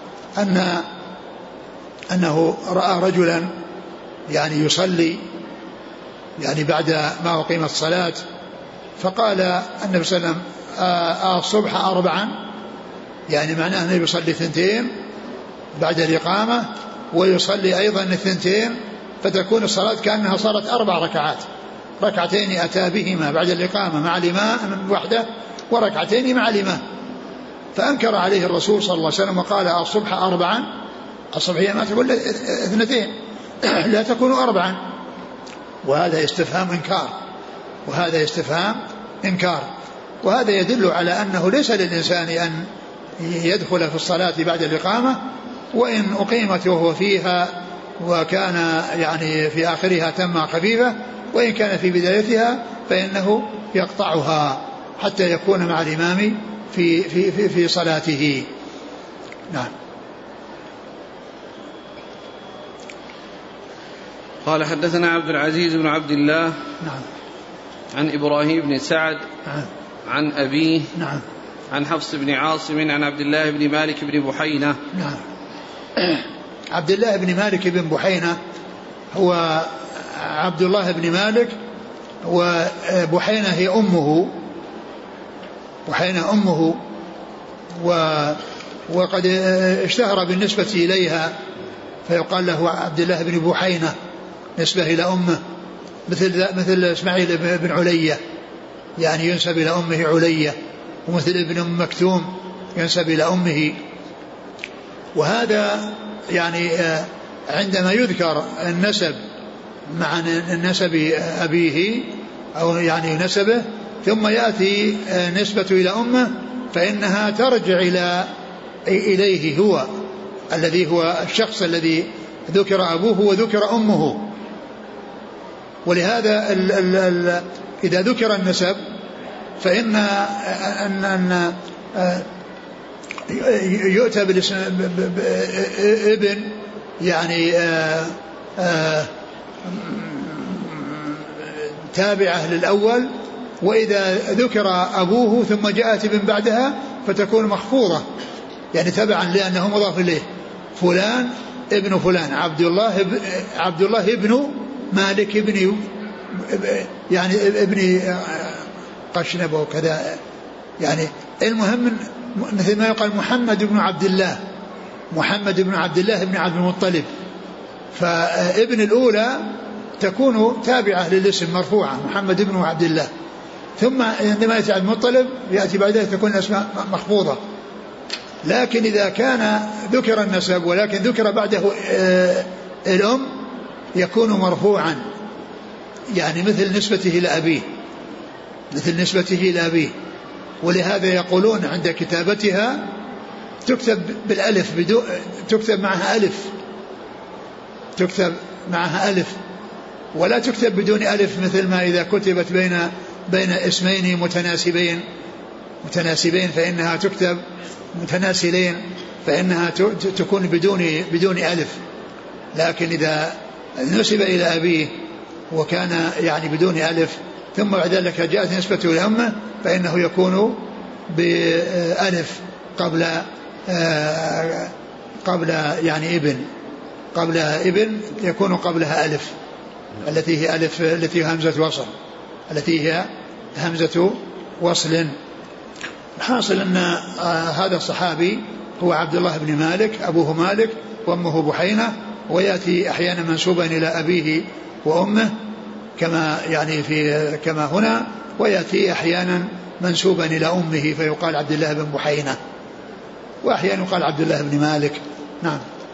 أنه رأى رجلا يعني يصلي يعني بعد ما أقيمت الصلاة، فقال النبي صلى الله عليه وسلم: الصبح 4، يعني معناه أنه يصلي 2 بعد الإقامة ويصلي أيضا 2، فتكون الصلاة كأنها صارت 4 ركعات، 2 أتى بهما بعد الإقامة مع الإمام وحده، وركعتين مع الإمام. فأنكر عليه الرسول صلى الله عليه وسلم وقال: الصبح 4، الصبح هي ما تقول 2 لا تكون 4. وهذا استفهام إنكار. وهذا يدل على أنه ليس للإنسان أن يدخل في الصلاة بعد الإقامة، وإن أقيمت وهو فيها وكان يعني في آخرها تم خفيفة، وإن كان في بدايتها فإنه يقطعها حتى يكون مع الإمام في صلاته. نعم. قال حدثنا عبد العزيز بن عبد الله نعم عن إبراهيم بن سعد نعم عن أبيه نعم عن حفص بن عاصم عن عبد الله بن مالك بن بحينة. نعم. عبد الله بن مالك بن بحينة هو عبد الله بن مالك، وبحينة هي أمه، بحينة أمه، وقد اشتهر بالنسبة إليها فيقال له عبد الله بن بحينة نسبة إلى أمه، مثل إسماعيل بن علية يعني ينسب إلى أمه علية، ومثل ابن أم مكتوم ينسب إلى أمه. وهذا يعني عندما يذكر النسب مع نسب أبيه أو يعني نسبه ثم يأتي نسبة إلى أمه فإنها ترجع إليه هو الذي هو الشخص الذي ذكر أبوه وذكر أمه. ولهذا إذا ذكر النسب فإن أن يؤتى بالاسم ابن يعني تابعة للأول، وإذا ذكر أبوه ثم جاءت ابن بعدها فتكون مخفوضة يعني تبعا لأنه مضاف إليه، فلان ابن فلان، عبد الله ابن مالك ابن يعني ابن قشنب وكذا يعني. المهم مثل ما يقال محمد بن عبد الله، محمد بن عبد الله بن عبد المطلب، فابن الأولى تكون تابعة للاسم مرفوعة محمد بن عبد الله، ثم عندما يأتي عبد المطلب يأتي بعد ذلك تكون الأسماء مخفوضة. لكن إذا كان ذكر النسب ولكن ذكر بعده الأم يكون مرفوعا يعني مثل نسبته إلى أبيه، مثل نسبته إلى أبيه. ولهذا يقولون عند كتابتها تكتب بالألف تكتب معها ألف، تكتب معها ألف ولا تكتب بدون ألف، مثل ما إذا كتبت بين اسمين متناسبين فإنها تكتب متناسلين فإنها تكون بدون ألف. لكن إذا نسب إلى أبيه وكان يعني بدون ألف ثم بعد ذلك جاءت نسبته إلى أمه فإنه يكون بألف قبل يعني قبل ابن يكون قبلها ألف التي هي ألف التي هي همزة وصل، التي هي همزة وصل. حاصل أن هذا الصحابي هو عبد الله بن مالك، أبوه مالك وأمه بحينة، ويأتي أحيانا منسوبا إلى أبيه وأمه كما هنا، ويأتي أحيانا منسوبا إلى أمه فيقال عبد الله بن بحينة، وأحيانا يقال عبد الله بن مالك. نعم.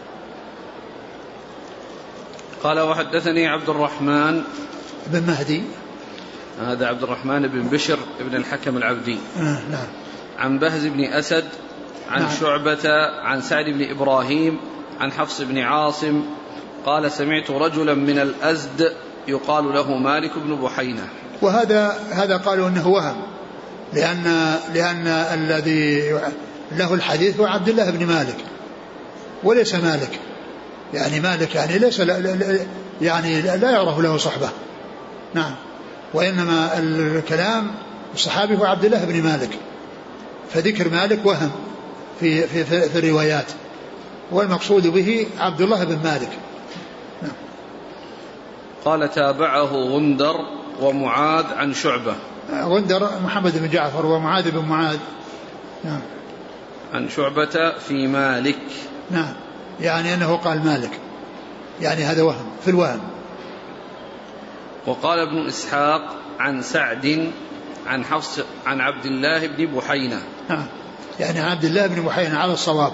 قال وحدثني عبد الرحمن بن مهدي، هذا عبد الرحمن بن بشر بن الحكم العبدي. نعم. عن بهز بن أسد عن نعم. شعبة عن سعد بن إبراهيم عن حفص بن عاصم قال سمعت رجلا من الأزد يقال له مالك بن بحينة. وهذا قالوا أنه وهم، لأن الذي له الحديث هو عبد الله بن مالك وليس مالك، يعني مالك يعني ليس يعني لا يعرف له صحبة. نعم. وإنما الكلام الصحابي هو عبد الله بن مالك، فذكر مالك وهم في الروايات، والمقصود به عبد الله بن مالك. نعم. قال تابعه غندر ومعاذ عن شعبة. غندر محمد بن جعفر ومعاذ بن معاذ. نعم. عن شعبة في مالك. نعم، يعني أنه قال مالك، يعني هذا وهم في الوهم. وقال ابن إسحاق عن سعد عن حفص عن عبد الله بن بحينة. نعم، يعني عبد الله بن بحينة على الصواب،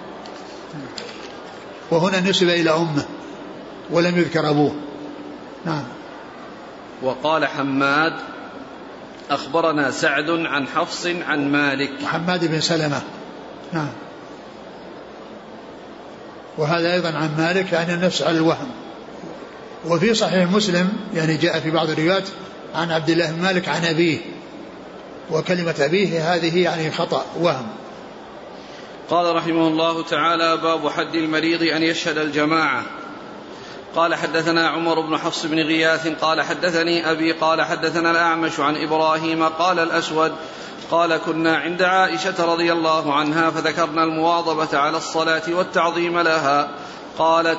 وهنا نسب إلى أمه ولم يذكر أبوه. نعم. وقال حماد أخبرنا سعد عن حفص عن مالك. محمد بن سلمة. نعم. وهذا أيضا عن مالك، يعني النفس على الوهم. وفي صحيح مسلم يعني جاء في بعض الروايات عن عبد الله بن مالك عن أبيه، وكلمة أبيه هذه يعني خطأ وهم. قال رحمه الله تعالى باب حد المريض أن يشهد الجماعة. قال حدثنا عمر بن حفص بن غياث قال حدثني أبي قال حدثنا الأعمش عن إبراهيم قال الأسود قال كنا عند عائشة رضي الله عنها فذكرنا المواظبة على الصلاة والتعظيم لها. قالت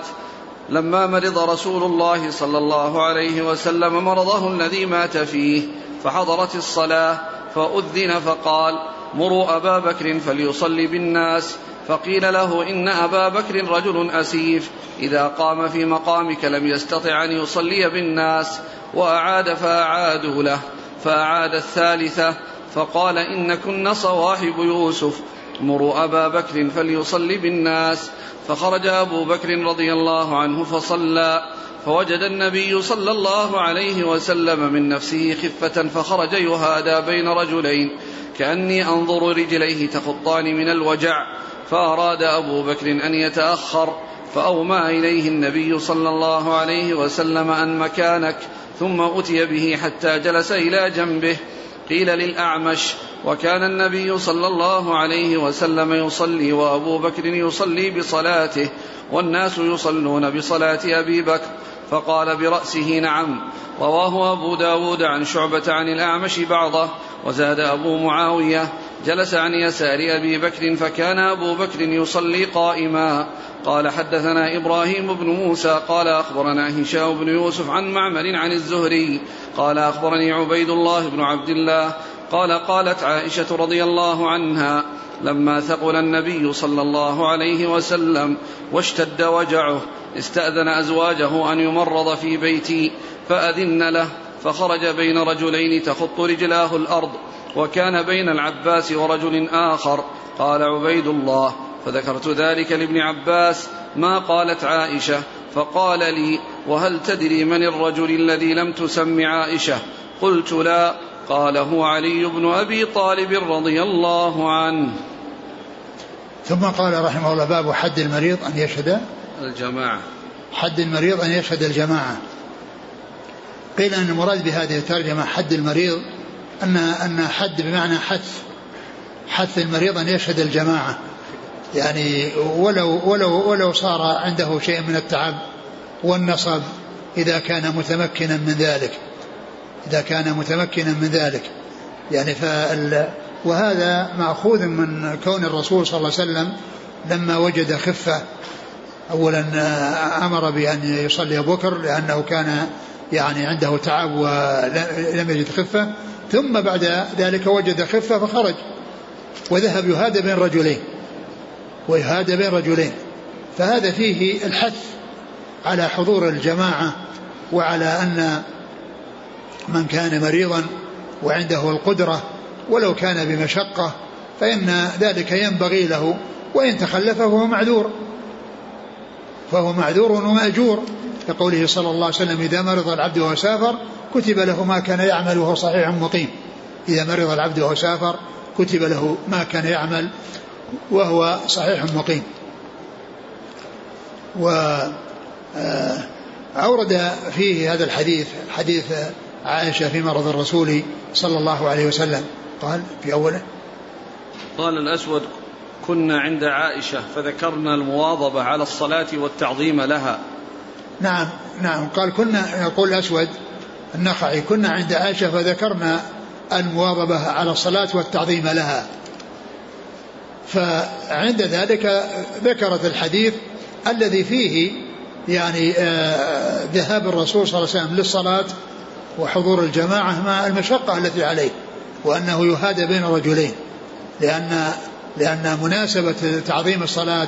لما مرض رسول الله صلى الله عليه وسلم مرضه الذي مات فيه فحضرت الصلاة فأذن فقال مروا أبا بكر فليصلي بالناس، فقيل له إن أبا بكر رجل أسيف إذا قام في مقامك لم يستطع أن يصلي بالناس، وأعاد فأعادوا له، فأعاد الثالثة فقال إن كن صواحب يوسف مروا أبا بكر فليصلي بالناس. فخرج أبو بكر رضي الله عنه فصلى، فوجد النبي صلى الله عليه وسلم من نفسه خفة فخرج يهادى بين رجلين كأني أنظر رجليه تخطان من الوجع، فأراد أبو بكر أن يتأخر فأومى إليه النبي صلى الله عليه وسلم أن مكانك، ثم أتي به حتى جلس إلى جنبه. قيل للأعمش وكان النبي صلى الله عليه وسلم يصلي وأبو بكر يصلي بصلاته والناس يصلون بصلاة أبي بكر، فقال برأسه نعم. رواه أبو داود عن شعبة عن الأعمش بعضه. وزاد أبو معاوية جلس عن يسار أبي بكر فكان أبو بكر يصلي قائما. قال حدثنا إبراهيم بن موسى قال أخبرنا هشام بن يوسف عن معمر عن الزهري قال أخبرني عبيد الله بن عبد الله قال قالت عائشة رضي الله عنها لما ثقل النبي صلى الله عليه وسلم واشتد وجعه استأذن أزواجه أن يمرض في بيتي فأذن له، فخرج بين رجلين تخط رجلاه الأرض، وكان بين العباس ورجل آخر. قال عبيد الله فذكرت ذلك لابن عباس ما قالت عائشة، فقال لي وهل تدري من الرجل الذي لم تسم عائشة؟ قلت لا. قال هو علي بن أبي طالب رضي الله عنه. ثم قال رحمه الله باب حد المريض أن يشهد الجماعة. حد المريض أن يشهد الجماعة. قيل أن المراد بهذه الترجمة حد المريض أن حد بمعنى حث المريض أن يشهد الجماعة، يعني ولو صار عنده شيء من التعب والنصب إذا كان متمكنا من ذلك يعني وهذا مأخوذ من كون الرسول صلى الله عليه وسلم لما وجد خفة أولا أمر بأن يصلي أبو بكر لأنه كان يعني عنده تعب ولم يجد خفة، ثم بعد ذلك وجد خفة فخرج وذهب يهادى بين رجلين فهذا فيه الحث على حضور الجماعة، وعلى أن من كان مريضا وعنده القدرة ولو كان بمشقة فإن ذلك ينبغي له، وإن تخلف فهو معذور ومأجور، كقوله صلى الله عليه وسلم إذا مرض العبد وهو سافر كتب له ما كان يعمل وهو صحيح مقيم. إذا مرض العبد وهو سافر كتب له ما كان يعمل وهو صحيح مقيم. وأورد فيه هذا الحديث حديث عائشة في مرض الرسول صلى الله عليه وسلم. قال في أوله قال الأسود كنا عند عائشة فذكرنا المواظبة على الصلاة والتعظيم لها. نعم قال كنا، يقول الأسود النخعي كنا عند عائشة فذكرنا المواظبة على الصلاة والتعظيم لها، فعند ذلك ذكرت الحديث الذي فيه يعني ذهاب الرسول صلى الله عليه وسلم للصلاة وحضور الجماعة مع المشقة التي عليه، وأنه يهادى بين رجلين، لأن مناسبة تعظيم الصلاة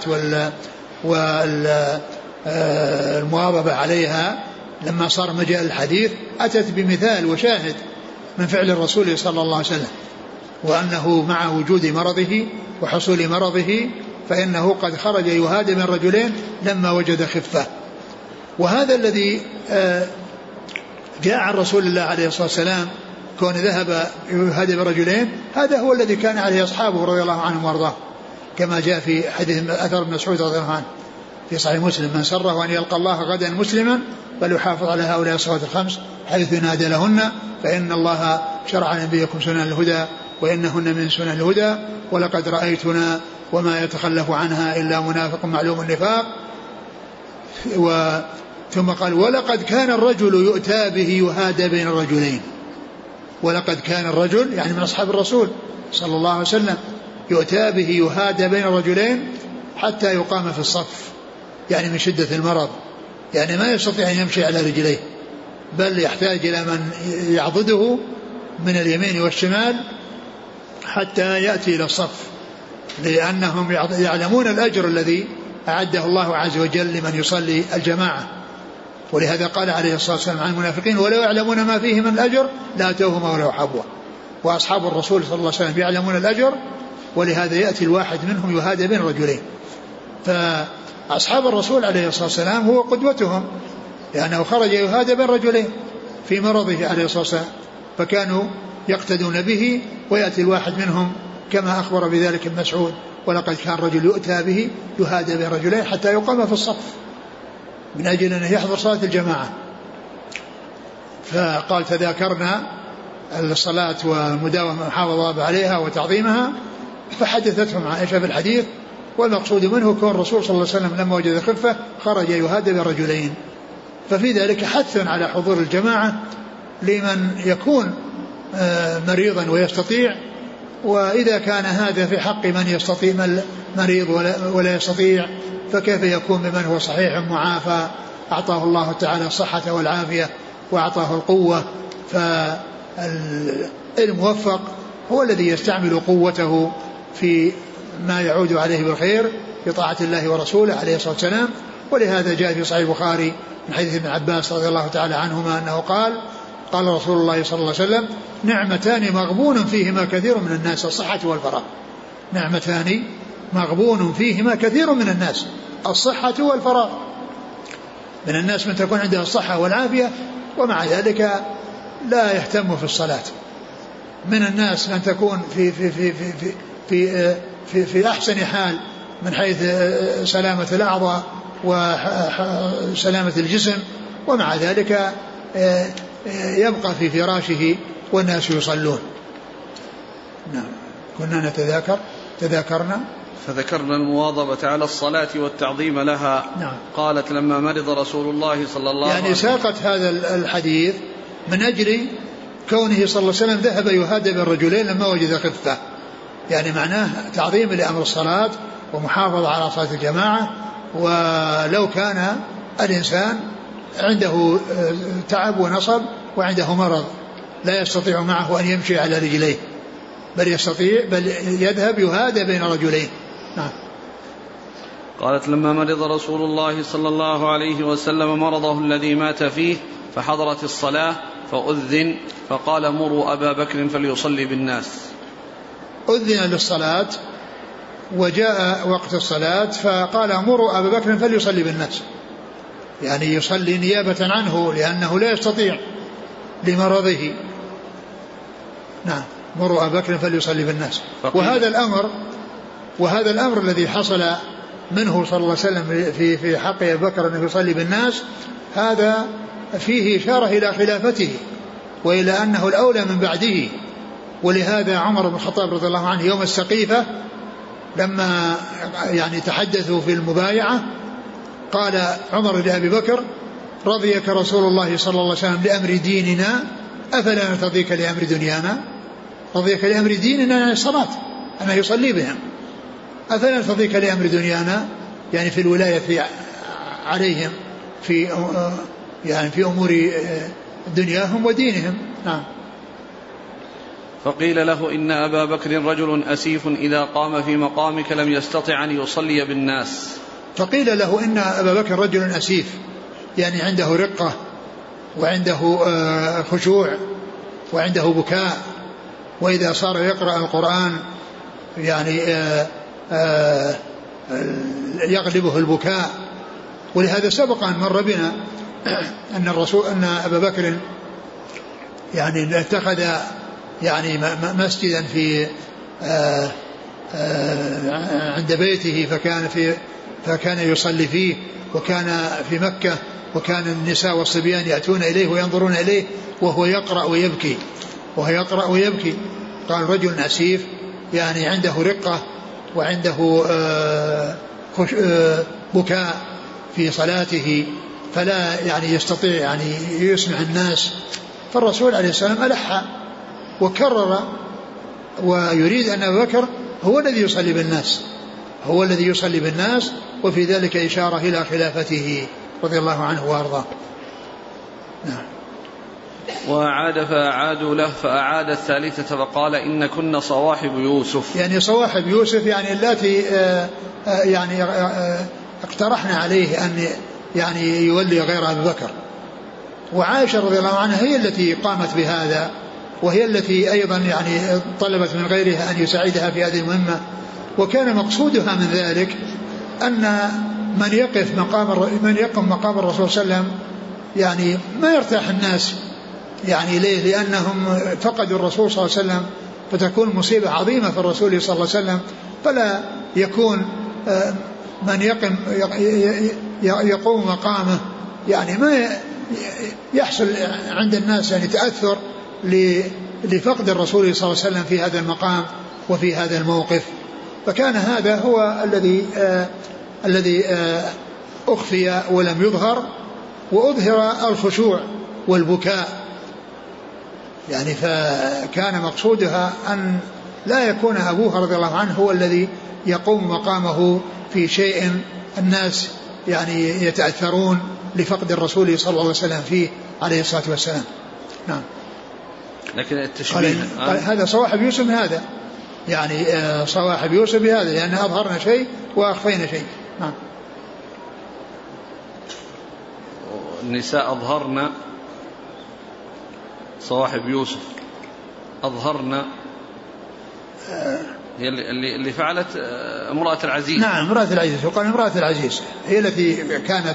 والمواظبة عليها لما صار مجال الحديث أتت بمثال وشاهد من فعل الرسول صلى الله عليه وسلم، وأنه مع وجود مرضه وحصول مرضه فإنه قد خرج يهادى من رجلين لما وجد خفة. وهذا الذي جاء عن رسول الله عليه الصلاة والسلام كون ذهب يهادى برجلين، هذا هو الذي كان عليه أصحابه رضي الله عنهم وارضاه، كما جاء في حديث أثر بن مسعود رضي الله عنه في صحيح مسلم من سره أن يلقى الله غدا مسلما فليحافظ على هؤلاء الصلوات الخمس حيث ينادى لهن، فإن الله شرع نبيكم سنن الهدى وإنهن من سنن الهدى، ولقد رأيتنا وما يتخلف عنها إلا منافق معلوم النفاق. ثم قال ولقد كان الرجل يؤتى به يهادى بين الرجلين. ولقد كان الرجل يعني من أصحاب الرسول صلى الله عليه وسلم يؤتى به يهادى بين الرجلين حتى يقام في الصف، يعني من شدة المرض، يعني ما يستطيع أن يمشي على رجليه، بل يحتاج إلى من يعضده من اليمين والشمال حتى يأتي إلى الصف، لأنهم يعلمون الأجر الذي أعده الله عز وجل لمن يصلي الجماعة. ولهذا قال عليه الصلاة والسلام عن المنافقين ولو يعلمون ما فيه من الأجر لأتوهم ولو حبوا. وأصحاب الرسول صلى الله عليه وسلم يعلمون الأجر، ولهذا يأتي الواحد منهم يهادى بين رجلين. فأصحاب الرسول عليه الصلاة والسلام هو قدوتهم، لأنه خرج يهادى بين رجلين في مرضه عليه الصلاة والسلام، فكانوا يقتدون به، ويأتي الواحد منهم كما أخبر بذلك ابن مسعود ولقد كان رجل يؤتى به يهادى بين رجلين حتى يقام في الصف من أجل أن يحضر صلاة الجماعة. فقال تذاكرنا الصلاة والمداومة والمحافظة عليها وتعظيمها، فحدثتهم عائشة في الحديث، والمقصود منه كون الرسول صلى الله عليه وسلم لما وجد خفة خرج يهادى بين رجلين. ففي ذلك حث على حضور الجماعة لمن يكون مريضا ويستطيع، وإذا كان هذا في حق من يستطيع من مريض ولا يستطيع، فكيف يكون بمن هو صحيح معافى أعطاه الله تعالى الصحة والعافية وأعطاه القوة. فالموفق هو الذي يستعمل قوته في ما يعود عليه بالخير بطاعة الله ورسوله عليه الصلاة والسلام. ولهذا جاء في صحيح البخاري من حديث ابن عباس رضي الله تعالى عنهما أنه قال رسول الله صلى الله عليه وسلم نعمتان مغبون فيهما كثير من الناس الصحة والفراغ. نعمتان مغبون فيهما كثير من الناس الصحة والفراغ. من الناس من تكون عنده الصحة والعافية ومع ذلك لا يهتم في الصلاة. من الناس من تكون في أحسن حال من حيث سلامة الأعضاء وسلامة الجسم، ومع ذلك يبقى في فراشه والناس يصلون. نعم. كنا تذاكرنا فذكرنا المواظبة على الصلاة والتعظيم لها. نعم. قالت لما مرض رسول الله صلى الله عليه وسلم، يعني ساقت هذا الحديث من أجل كونه صلى الله عليه وسلم ذهب يهادى بالرجلين لما وجد خفة، يعني معناه تعظيم لأمر الصلاة ومحافظة على صلاة الجماعة. ولو كان الإنسان عنده تعب ونصب وعنده مرض لا يستطيع معه أن يمشي على رجليه، بل يذهب يهادى بين رجلين. نعم. قالت لما مرض رسول الله صلى الله عليه وسلم مرضه الذي مات فيه فحضرت الصلاة فأذن فقال مروا أبا بكر فليصلي بالناس. أذن للصلاة وجاء وقت الصلاة فقال مروا أبا بكر فليصلي بالناس، يعني يصلي نيابة عنه لأنه لا يستطيع لمرضه. نعم. مروا أبا بكر فليصلي بالناس. وهذا الأمر الذي حصل منه صلى الله عليه وسلم في حق أبي بكر أنه يصلي بالناس، هذا فيه إشارة إلى خلافته وإلى أنه الأولى من بعده. ولهذا عمر بن الخطاب رضي الله عنه يوم السقيفة لما يعني تحدثوا في المبايعة قال عمر لأبي بكر رضيك رسول الله صلى الله عليه وسلم لأمر ديننا أفلا نرتضيك لأمر دنيانا. رضيك لأمر ديننا يعني الصلاة أنه يصلي بهم، أفلا نرتضيك لأمر دنيانا يعني في الولاية عليهم في أمور دنياهم ودينهم. نعم. فقيل له إن أبا بكر رجل أسيف إذا قام في مقامك لم يستطع أن يصلي بالناس. فقيل له إن أبا بكر رجل أسيف، يعني عنده رقة وعنده خشوع وعنده بكاء، وإذا صار يقرأ القرآن يعني يغلبه البكاء. ولهذا سبق أن مر بنا أن أبا بكر يعني اتخذ يعني مسجدا في عند بيته فكان يصلي فيه، وكان في مكة، وكان النساء والصبيان يأتون إليه وينظرون إليه وهو يقرأ ويبكي. قال رجل أسيف يعني عنده رقة وعنده بكاء في صلاته فلا يعني يستطيع يعني يسمع الناس، فالرسول عليه السلام ألح وكرر ويريد أن أبا بكر هو الذي يصلي بالناس، هو الذي يصلي بالناس، وفي ذلك إشارة إلى خلافته رضي الله عنه وأرضاه. نعم. وأعاد فأعادوا له فأعاد الثالثة فقال إن كنا صواحب يوسف. يعني صواحب يوسف يعني التي يعني اقترحنا عليه أن يعني يولي غير أبي بكر، وعائشة رضي الله عنها هي التي قامت بهذا، وهي التي أيضا يعني طلبت من غيرها أن يساعدها في هذه المهمة، وكان مقصودها من ذلك أن من يقف مقام الرسول صلى الله عليه وسلم يعني ما يرتاح الناس يعني إليه، لأنهم فقدوا الرسول صلى الله عليه وسلم، فتكون مصيبة عظيمة في الرسول صلى الله عليه وسلم، فلا يكون من يقوم مقامه يعني ما يحصل عند الناس يعني تأثر لفقد الرسول صلى الله عليه وسلم في هذا المقام وفي هذا الموقف. فكان هذا هو الذي أخفي ولم يظهر، وأظهر الخشوع والبكاء يعني، فكان مقصودها أن لا يكون أبوها رضي الله عنه هو الذي يقوم مقامه في شيء الناس يعني يتأثرون لفقد الرسول صلى الله عليه وسلم فيه عليه الصلاة والسلام. نعم. لكن التشبيه هذا صواحب يوسف من هذا يعني صواحب يوسف بهذا، لأن أظهرنا شيء وأخفينا شيء. نعم. النساء أظهرنا صواحب يوسف، أظهرنا هي اللي فعلت امرأة العزيز. نعم امرأة العزيز، وقال امرأة العزيز هي التي كانت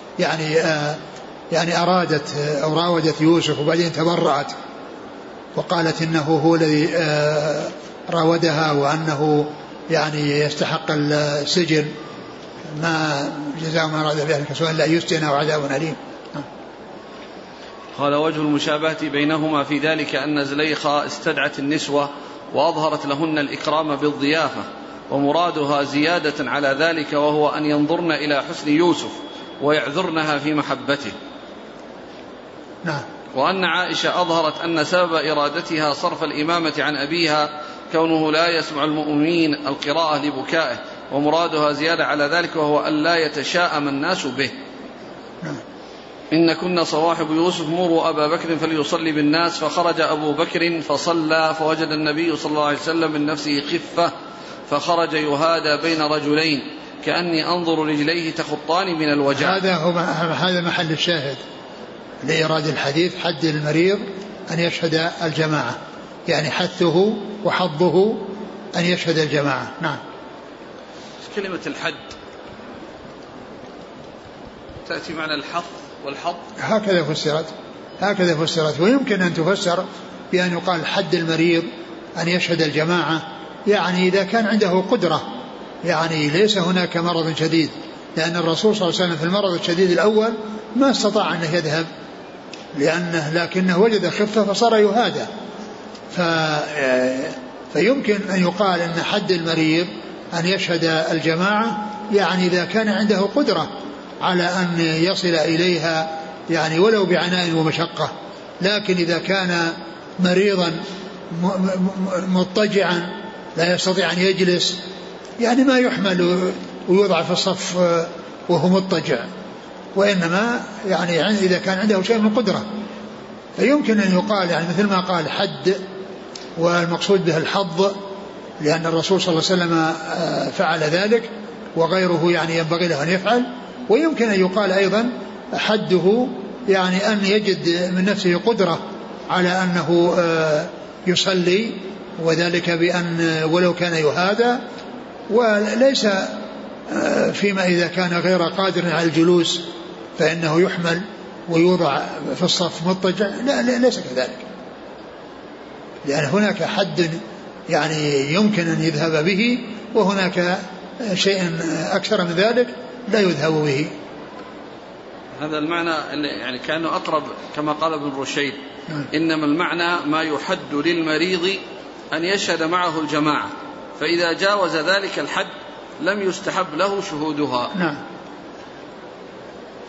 يعني أرادت أو راودت يوسف وبعدين تبرأت وقالت إنه هو الذي راودها وأنه يعني يستحق السجن، ما جزاء ما أراد بذلك سواء لا يسجن أو عذاب أليم. قال وجه المشابهة بينهما في ذلك أن زليخة استدعت النسوة وأظهرت لهن الإكرام بالضيافة، ومرادها زيادة على ذلك وهو أن ينظرن إلى حسن يوسف ويعذرنها في محبته. نعم. وأن عائشة أظهرت أن سبب إرادتها صرف الإمامة عن أبيها كونه لا يسمع المؤمنين القراءة لبكائه، ومرادها زيادة على ذلك وهو أن لا يتشاءم الناس به. نعم. إن كنا صواحب يوسف مروا أبا بكر فليصلي بالناس، فخرج أبو بكر فصلى فوجد النبي صلى الله عليه وسلم من نفسه خفة فخرج يهادى بين رجلين كأني أنظر رجليه تخطان من الوجع. هذا محل الشاهد لإيراد الحديث، حد المريض أن يشهد الجماعة، يعني حثه وحظه أن يشهد الجماعة. نعم. كلمة الحد تأتي معنى الحظ والحظ، هكذا فسرت، ويمكن أن تفسر بأن يقال حد المريض أن يشهد الجماعة، يعني إذا كان عنده قدرة، يعني ليس هناك مرض شديد، لأن الرسول صلى الله عليه وسلم في المرض الشديد الأول ما استطاع أن يذهب لكنه وجد خفة فصار يهادى، فيمكن أن يقال أن حد المريض أن يشهد الجماعة، يعني إذا كان عنده قدرة على أن يصل إليها يعني ولو بعناء ومشقة، لكن إذا كان مريضا مضطجعا لا يستطيع أن يجلس، يعني ما يحمل ويوضع في الصف وهو مضطجع، وإنما يعني إذا كان عنده شيء من قدرة فيمكن أن يقال يعني مثل ما قال حد، والمقصود به الحظ، لأن الرسول صلى الله عليه وسلم فعل ذلك وغيره يعني ينبغي له أن يفعل. ويمكن أن يقال أيضا حده يعني أن يجد من نفسه قدرة على أنه يصلي، وذلك بأن ولو كان يهادى، وليس فيما إذا كان غير قادر على الجلوس فإنه يحمل ويوضع في الصف مضطجع، لا ليس كذلك، لأن هناك حد يعني يمكن أن يذهب به، وهناك شيء أكثر من ذلك لا يذهب به. هذا المعنى يعني كأنه أقرب كما قال ابن رشيد، إنما المعنى ما يحد للمريض أن يشهد معه الجماعة، فإذا جاوز ذلك الحد لم يستحب له شهودها. نعم.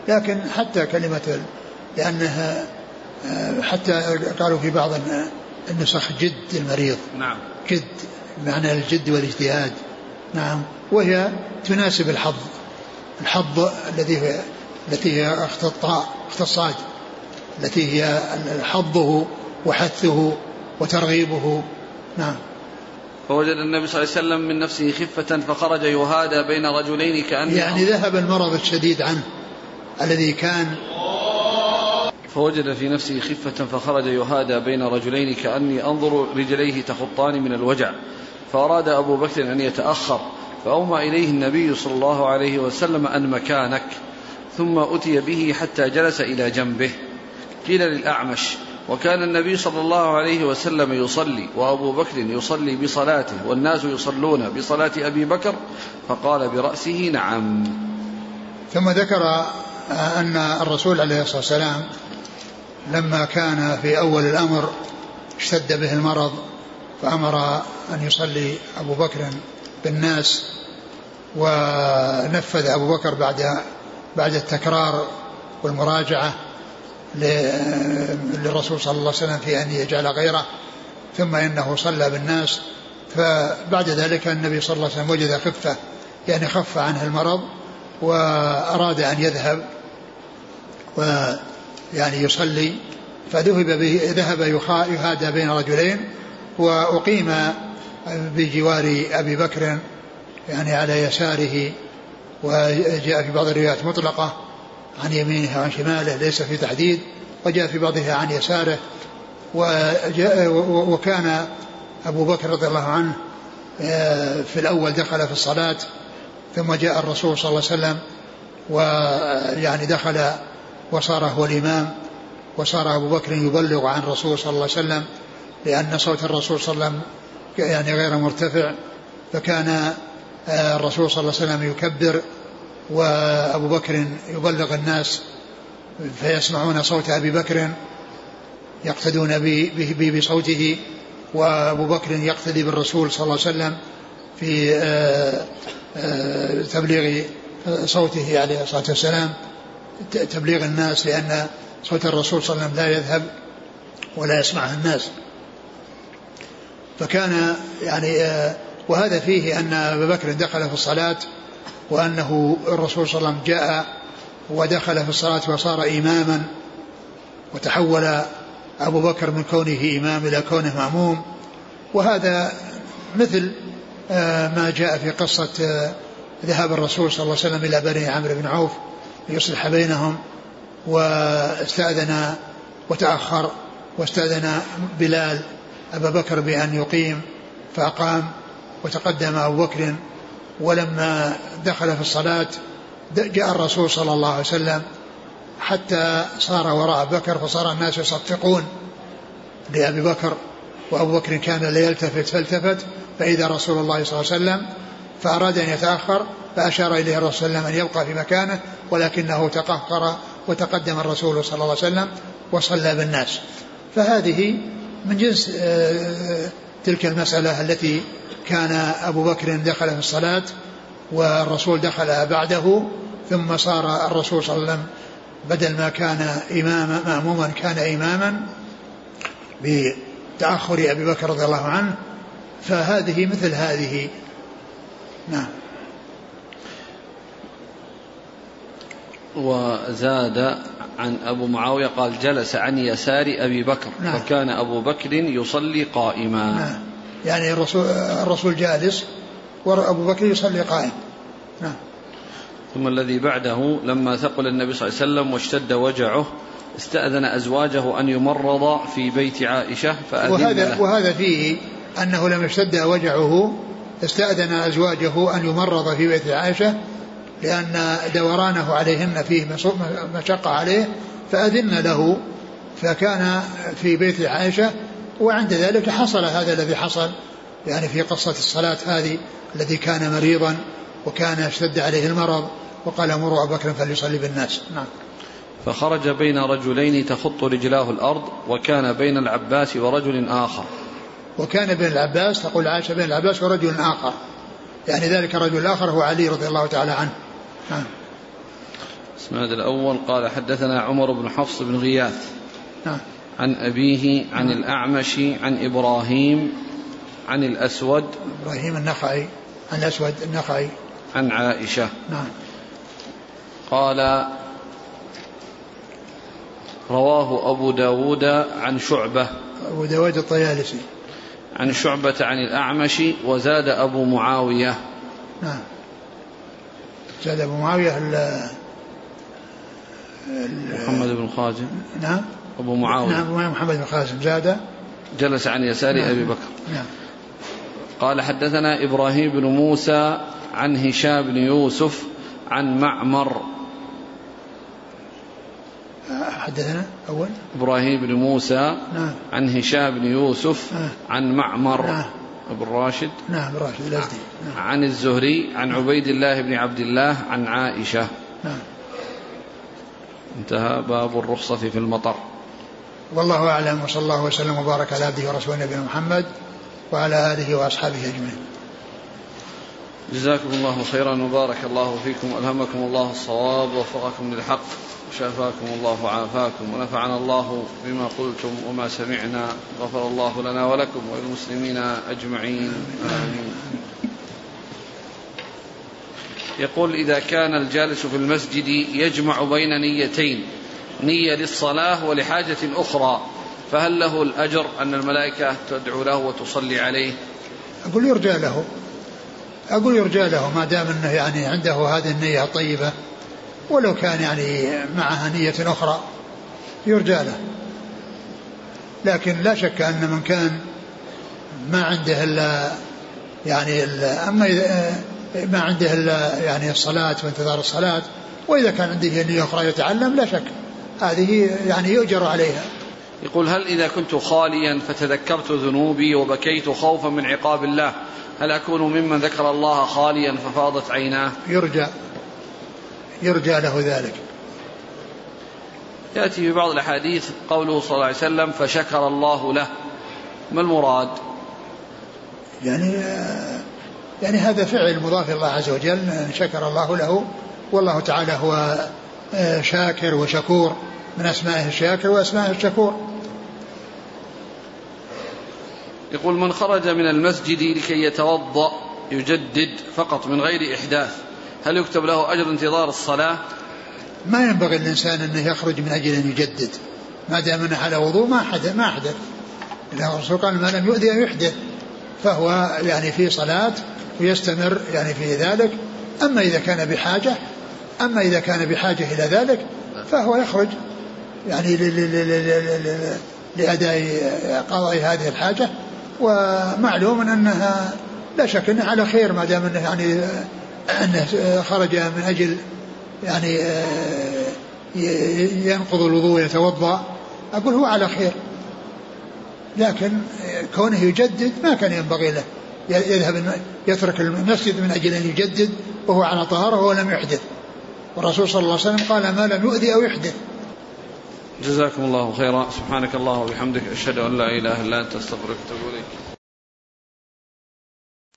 لكن حتى كلمة لأنها حتى قالوا في بعض النسخ جد المريض. نعم. جد معنى الجد والاجتهاد. نعم. وهي تناسب الحظ التي هي اختصاص التي هي حظه وحثه وترغيبه. نعم. فوجد النبي صلى الله عليه وسلم من نفسه خفة فخرج يهادى بين رجلين كأنه يعني ذهب المرض الشديد عنه الذي كان. فوجد في نفسه خفة فخرج يهادى بين رجلين كأني أنظر رجليه تخطان من الوجع، فأراد أبو بكر أن يتأخر فأومى إليه النبي صلى الله عليه وسلم أن مكانك، ثم أتي به حتى جلس إلى جنبه. قيل للأعمش: وكان النبي صلى الله عليه وسلم يصلي وأبو بكر يصلي بصلاته والناس يصلون بصلاة أبي بكر؟ فقال برأسه: نعم. ثم ذكر أن الرسول عليه الصلاة والسلام لما كان في أول الأمر اشتد به المرض فأمر أن يصلي أبو بكر بالناس، ونفذ أبو بكر بعد التكرار والمراجعة للرسول صلى الله عليه وسلم في أن يجعل غيره، ثم إنه صلى بالناس. فبعد ذلك النبي صلى الله عليه وسلم وجد خفة، يعني خف عنه المرض وأراد أن يذهب ويعني يصلي، ذهب يهادى بين رجلين، وأقيم بجوار أبي بكر يعني على يساره، وجاء في بعض الروايات مطلقة عن يمينه وعن شماله ليس في تحديد، وجاء في بعضها عن يساره. وكان أبو بكر رضي الله عنه في الأول دخل في الصلاة، ثم جاء الرسول صلى الله عليه وسلم ويعني دخل وصار هو الإمام، وصار أبو بكر يبلغ عن الرسول صلى الله عليه وسلم، لأن صوت الرسول صلى الله عليه وسلم يعني غير مرتفع، فكان الرسول صلى الله عليه وسلم يكبر وأبو بكر يبلغ الناس فيسمعون صوت أبي بكر يقتدون به بصوته، وأبو بكر يقتدي بالرسول صلى الله عليه وسلم في تبليغ صوته عليه الصلاة والسلام، تبليغ الناس، لأن صوت الرسول صلى الله عليه وسلم لا يذهب ولا يسمعه الناس. فكان يعني وهذا فيه أن أبا بكر دخل في الصلاة، وأنه الرسول صلى الله عليه وسلم جاء ودخل في الصلاة وصار إماما، وتحول أبو بكر من كونه إمام إلى كونه مأموم. وهذا مثل ما جاء في قصة ذهاب الرسول صلى الله عليه وسلم إلى بني عمرو بن عوف ليصلح بينهم، واستأذن وتأخر، واستأذن بلال أبا بكر بأن يقيم فأقام، وتقدم أبو بكر، ولما دخل في الصلاة جاء الرسول صلى الله عليه وسلم حتى صار وراء بكر، فصار الناس يصفقون لأبي بكر، وأبو بكر كان لا يلتفت فالتفت فإذا رسول الله صلى الله عليه وسلم، فأراد أن يتأخر فأشار إليه الرسول صلى الله عليه وسلم أن يبقى في مكانه، ولكنه تقهقر وتقدم الرسول صلى الله عليه وسلم وصلى بالناس. فهذه من جنس تلك المسألة التي كان أبو بكر دخل في الصلاة والرسول دخل بعده، ثم صار الرسول صلى الله عليه وسلم بدل ما كان إماما مأموما كان إماما بتأخر أبي بكر رضي الله عنه. فهذه مثل هذه. نعم. وزاد عن أبو معاوية قال: جلس عن يسار أبي بكر. نعم. وكان أبو بكر يصلي قائما. نعم. يعني الرسول جالس وأبو بكر يصلي قائم. نعم. ثم الذي بعده: لما ثقل النبي صلى الله عليه وسلم واشتد وجعه استأذن أزواجه أن يمرض في بيت عائشة فأذن له. وهذا فيه أنه لما اشتد وجعه استأذن أزواجه أن يمرض في بيت عائشة، لأن دورانه عليهن فيه مشقة عليه، فأذن له فكان في بيت عائشة. وعند ذلك حصل هذا الذي حصل، يعني في قصة الصلاة هذه، الذي كان مريضا وكان اشتد عليه المرض، وقال: مروا أبا بكر فليصلي بالناس. نعم. فخرج بين رجلين تخط رجلاه الأرض، وكان بين العباس ورجل آخر. وكان بين العباس، تقول عائشة بين العباس ورجل آخر، يعني ذلك الرجل الآخر هو علي رضي الله تعالى عنه. الإسناد الأول قال حدثنا عمر بن حفص بن غياث نعم عن أبيه عن الأعمش عن إبراهيم عن الأسود إبراهيم النخعي عن الأسود النخعي عن عائشة نعم قال رواه أبو داود عن شعبة أبو داود الطيالسي عن شعبة عن الأعمش وزاد أبو معاوية. نعم زاد أبو معاوية محمد بن خازم. نعم أبو معاوية. نعم محمد بن خازم زاد جلس عن يسار نعم. أبي بكر. نعم. قال حدثنا إبراهيم بن موسى عن هشام بن يوسف عن معمر. حدثنا أول إبراهيم بن موسى نعم. عن هشام بن يوسف نعم. عن معمر نعم. ابن راشد نعم الراشد الأزدي نعم. عن الزهري عن عبيد الله بن عبد الله عن عائشة. نعم. انتهى باب الرخصة في المطر. والله أعلم، وصلى الله وسلم وبارك على عبده ورسوله نبينا محمد وعلى آله وأصحابه أجمعين. جزاكم الله خيرا وبارك الله فيكم، ألهمكم الله الصواب ووفقكم للحق وشافاكم الله وعافاكم ونفعنا الله بما قلتم وما سمعنا، غفر الله لنا ولكم وللمسلمين أجمعين آمين. يقول إذا كان الجالس في المسجد يجمع بين نيتين، نية للصلاة ولحاجة أخرى، فهل له الأجر أن الملائكة تدعو له وتصلي عليه؟ أقول يرجى له ما دام أنه يعني عنده هذه النية الطيبة، ولو كان يعني معها نية أخرى يرجى له. لكن لا شك أن من كان ما عنده إلا يعني ما عنده إلا يعني الصلاة وانتظار الصلاة، وإذا كان عنده نية أخرى يتعلم لا شك هذه يعني يؤجر عليها. يقول هل إذا كنت خاليا فتذكرت ذنوبي وبكيت خوفا من عقاب الله، هل أكون ممن ذكر الله خاليا ففاضت عيناه؟ يرجى له ذلك. يأتي في بعض الأحاديث قوله صلى الله عليه وسلم فشكر الله له، ما المراد؟ يعني هذا فعل مضاف إلى الله عز وجل، شكر الله له، والله تعالى هو شاكر وشكور، من أسمائه الشاكر وأسمائه الشكور. يقول من خرج من المسجد لكي يتوضأ يجدد فقط من غير إحداث، هل يكتب له أجر انتظار الصلاة؟ ما ينبغي الإنسان أنه يخرج من أجل أن يجدد، ما دام أنه على وضوء ما أحدث. الرسول قال ما لم يؤذي يحدث، فهو يعني في صلاة ويستمر يعني في ذلك. أما إذا كان بحاجة إلى ذلك فهو يخرج يعني لأداء قضاء هذه الحاجة، ومعلوم أنها لا شك أنها على خير ما دام أنه خرج من أجل يعني ينقض الوضوء ويتوضأ، أقول هو على خير. لكن كونه يجدد ما كان ينبغي له يترك المسجد من أجل أن يجدد وهو على طهارة ولم يحدث، والرسول صلى الله عليه وسلم قال ما لم يؤذي أو يحدث. جزاكم الله خيرا، سبحانك الله وبحمدك، أشهد أن لا إله إلا أنت، أستغفرك وأتوب إليك.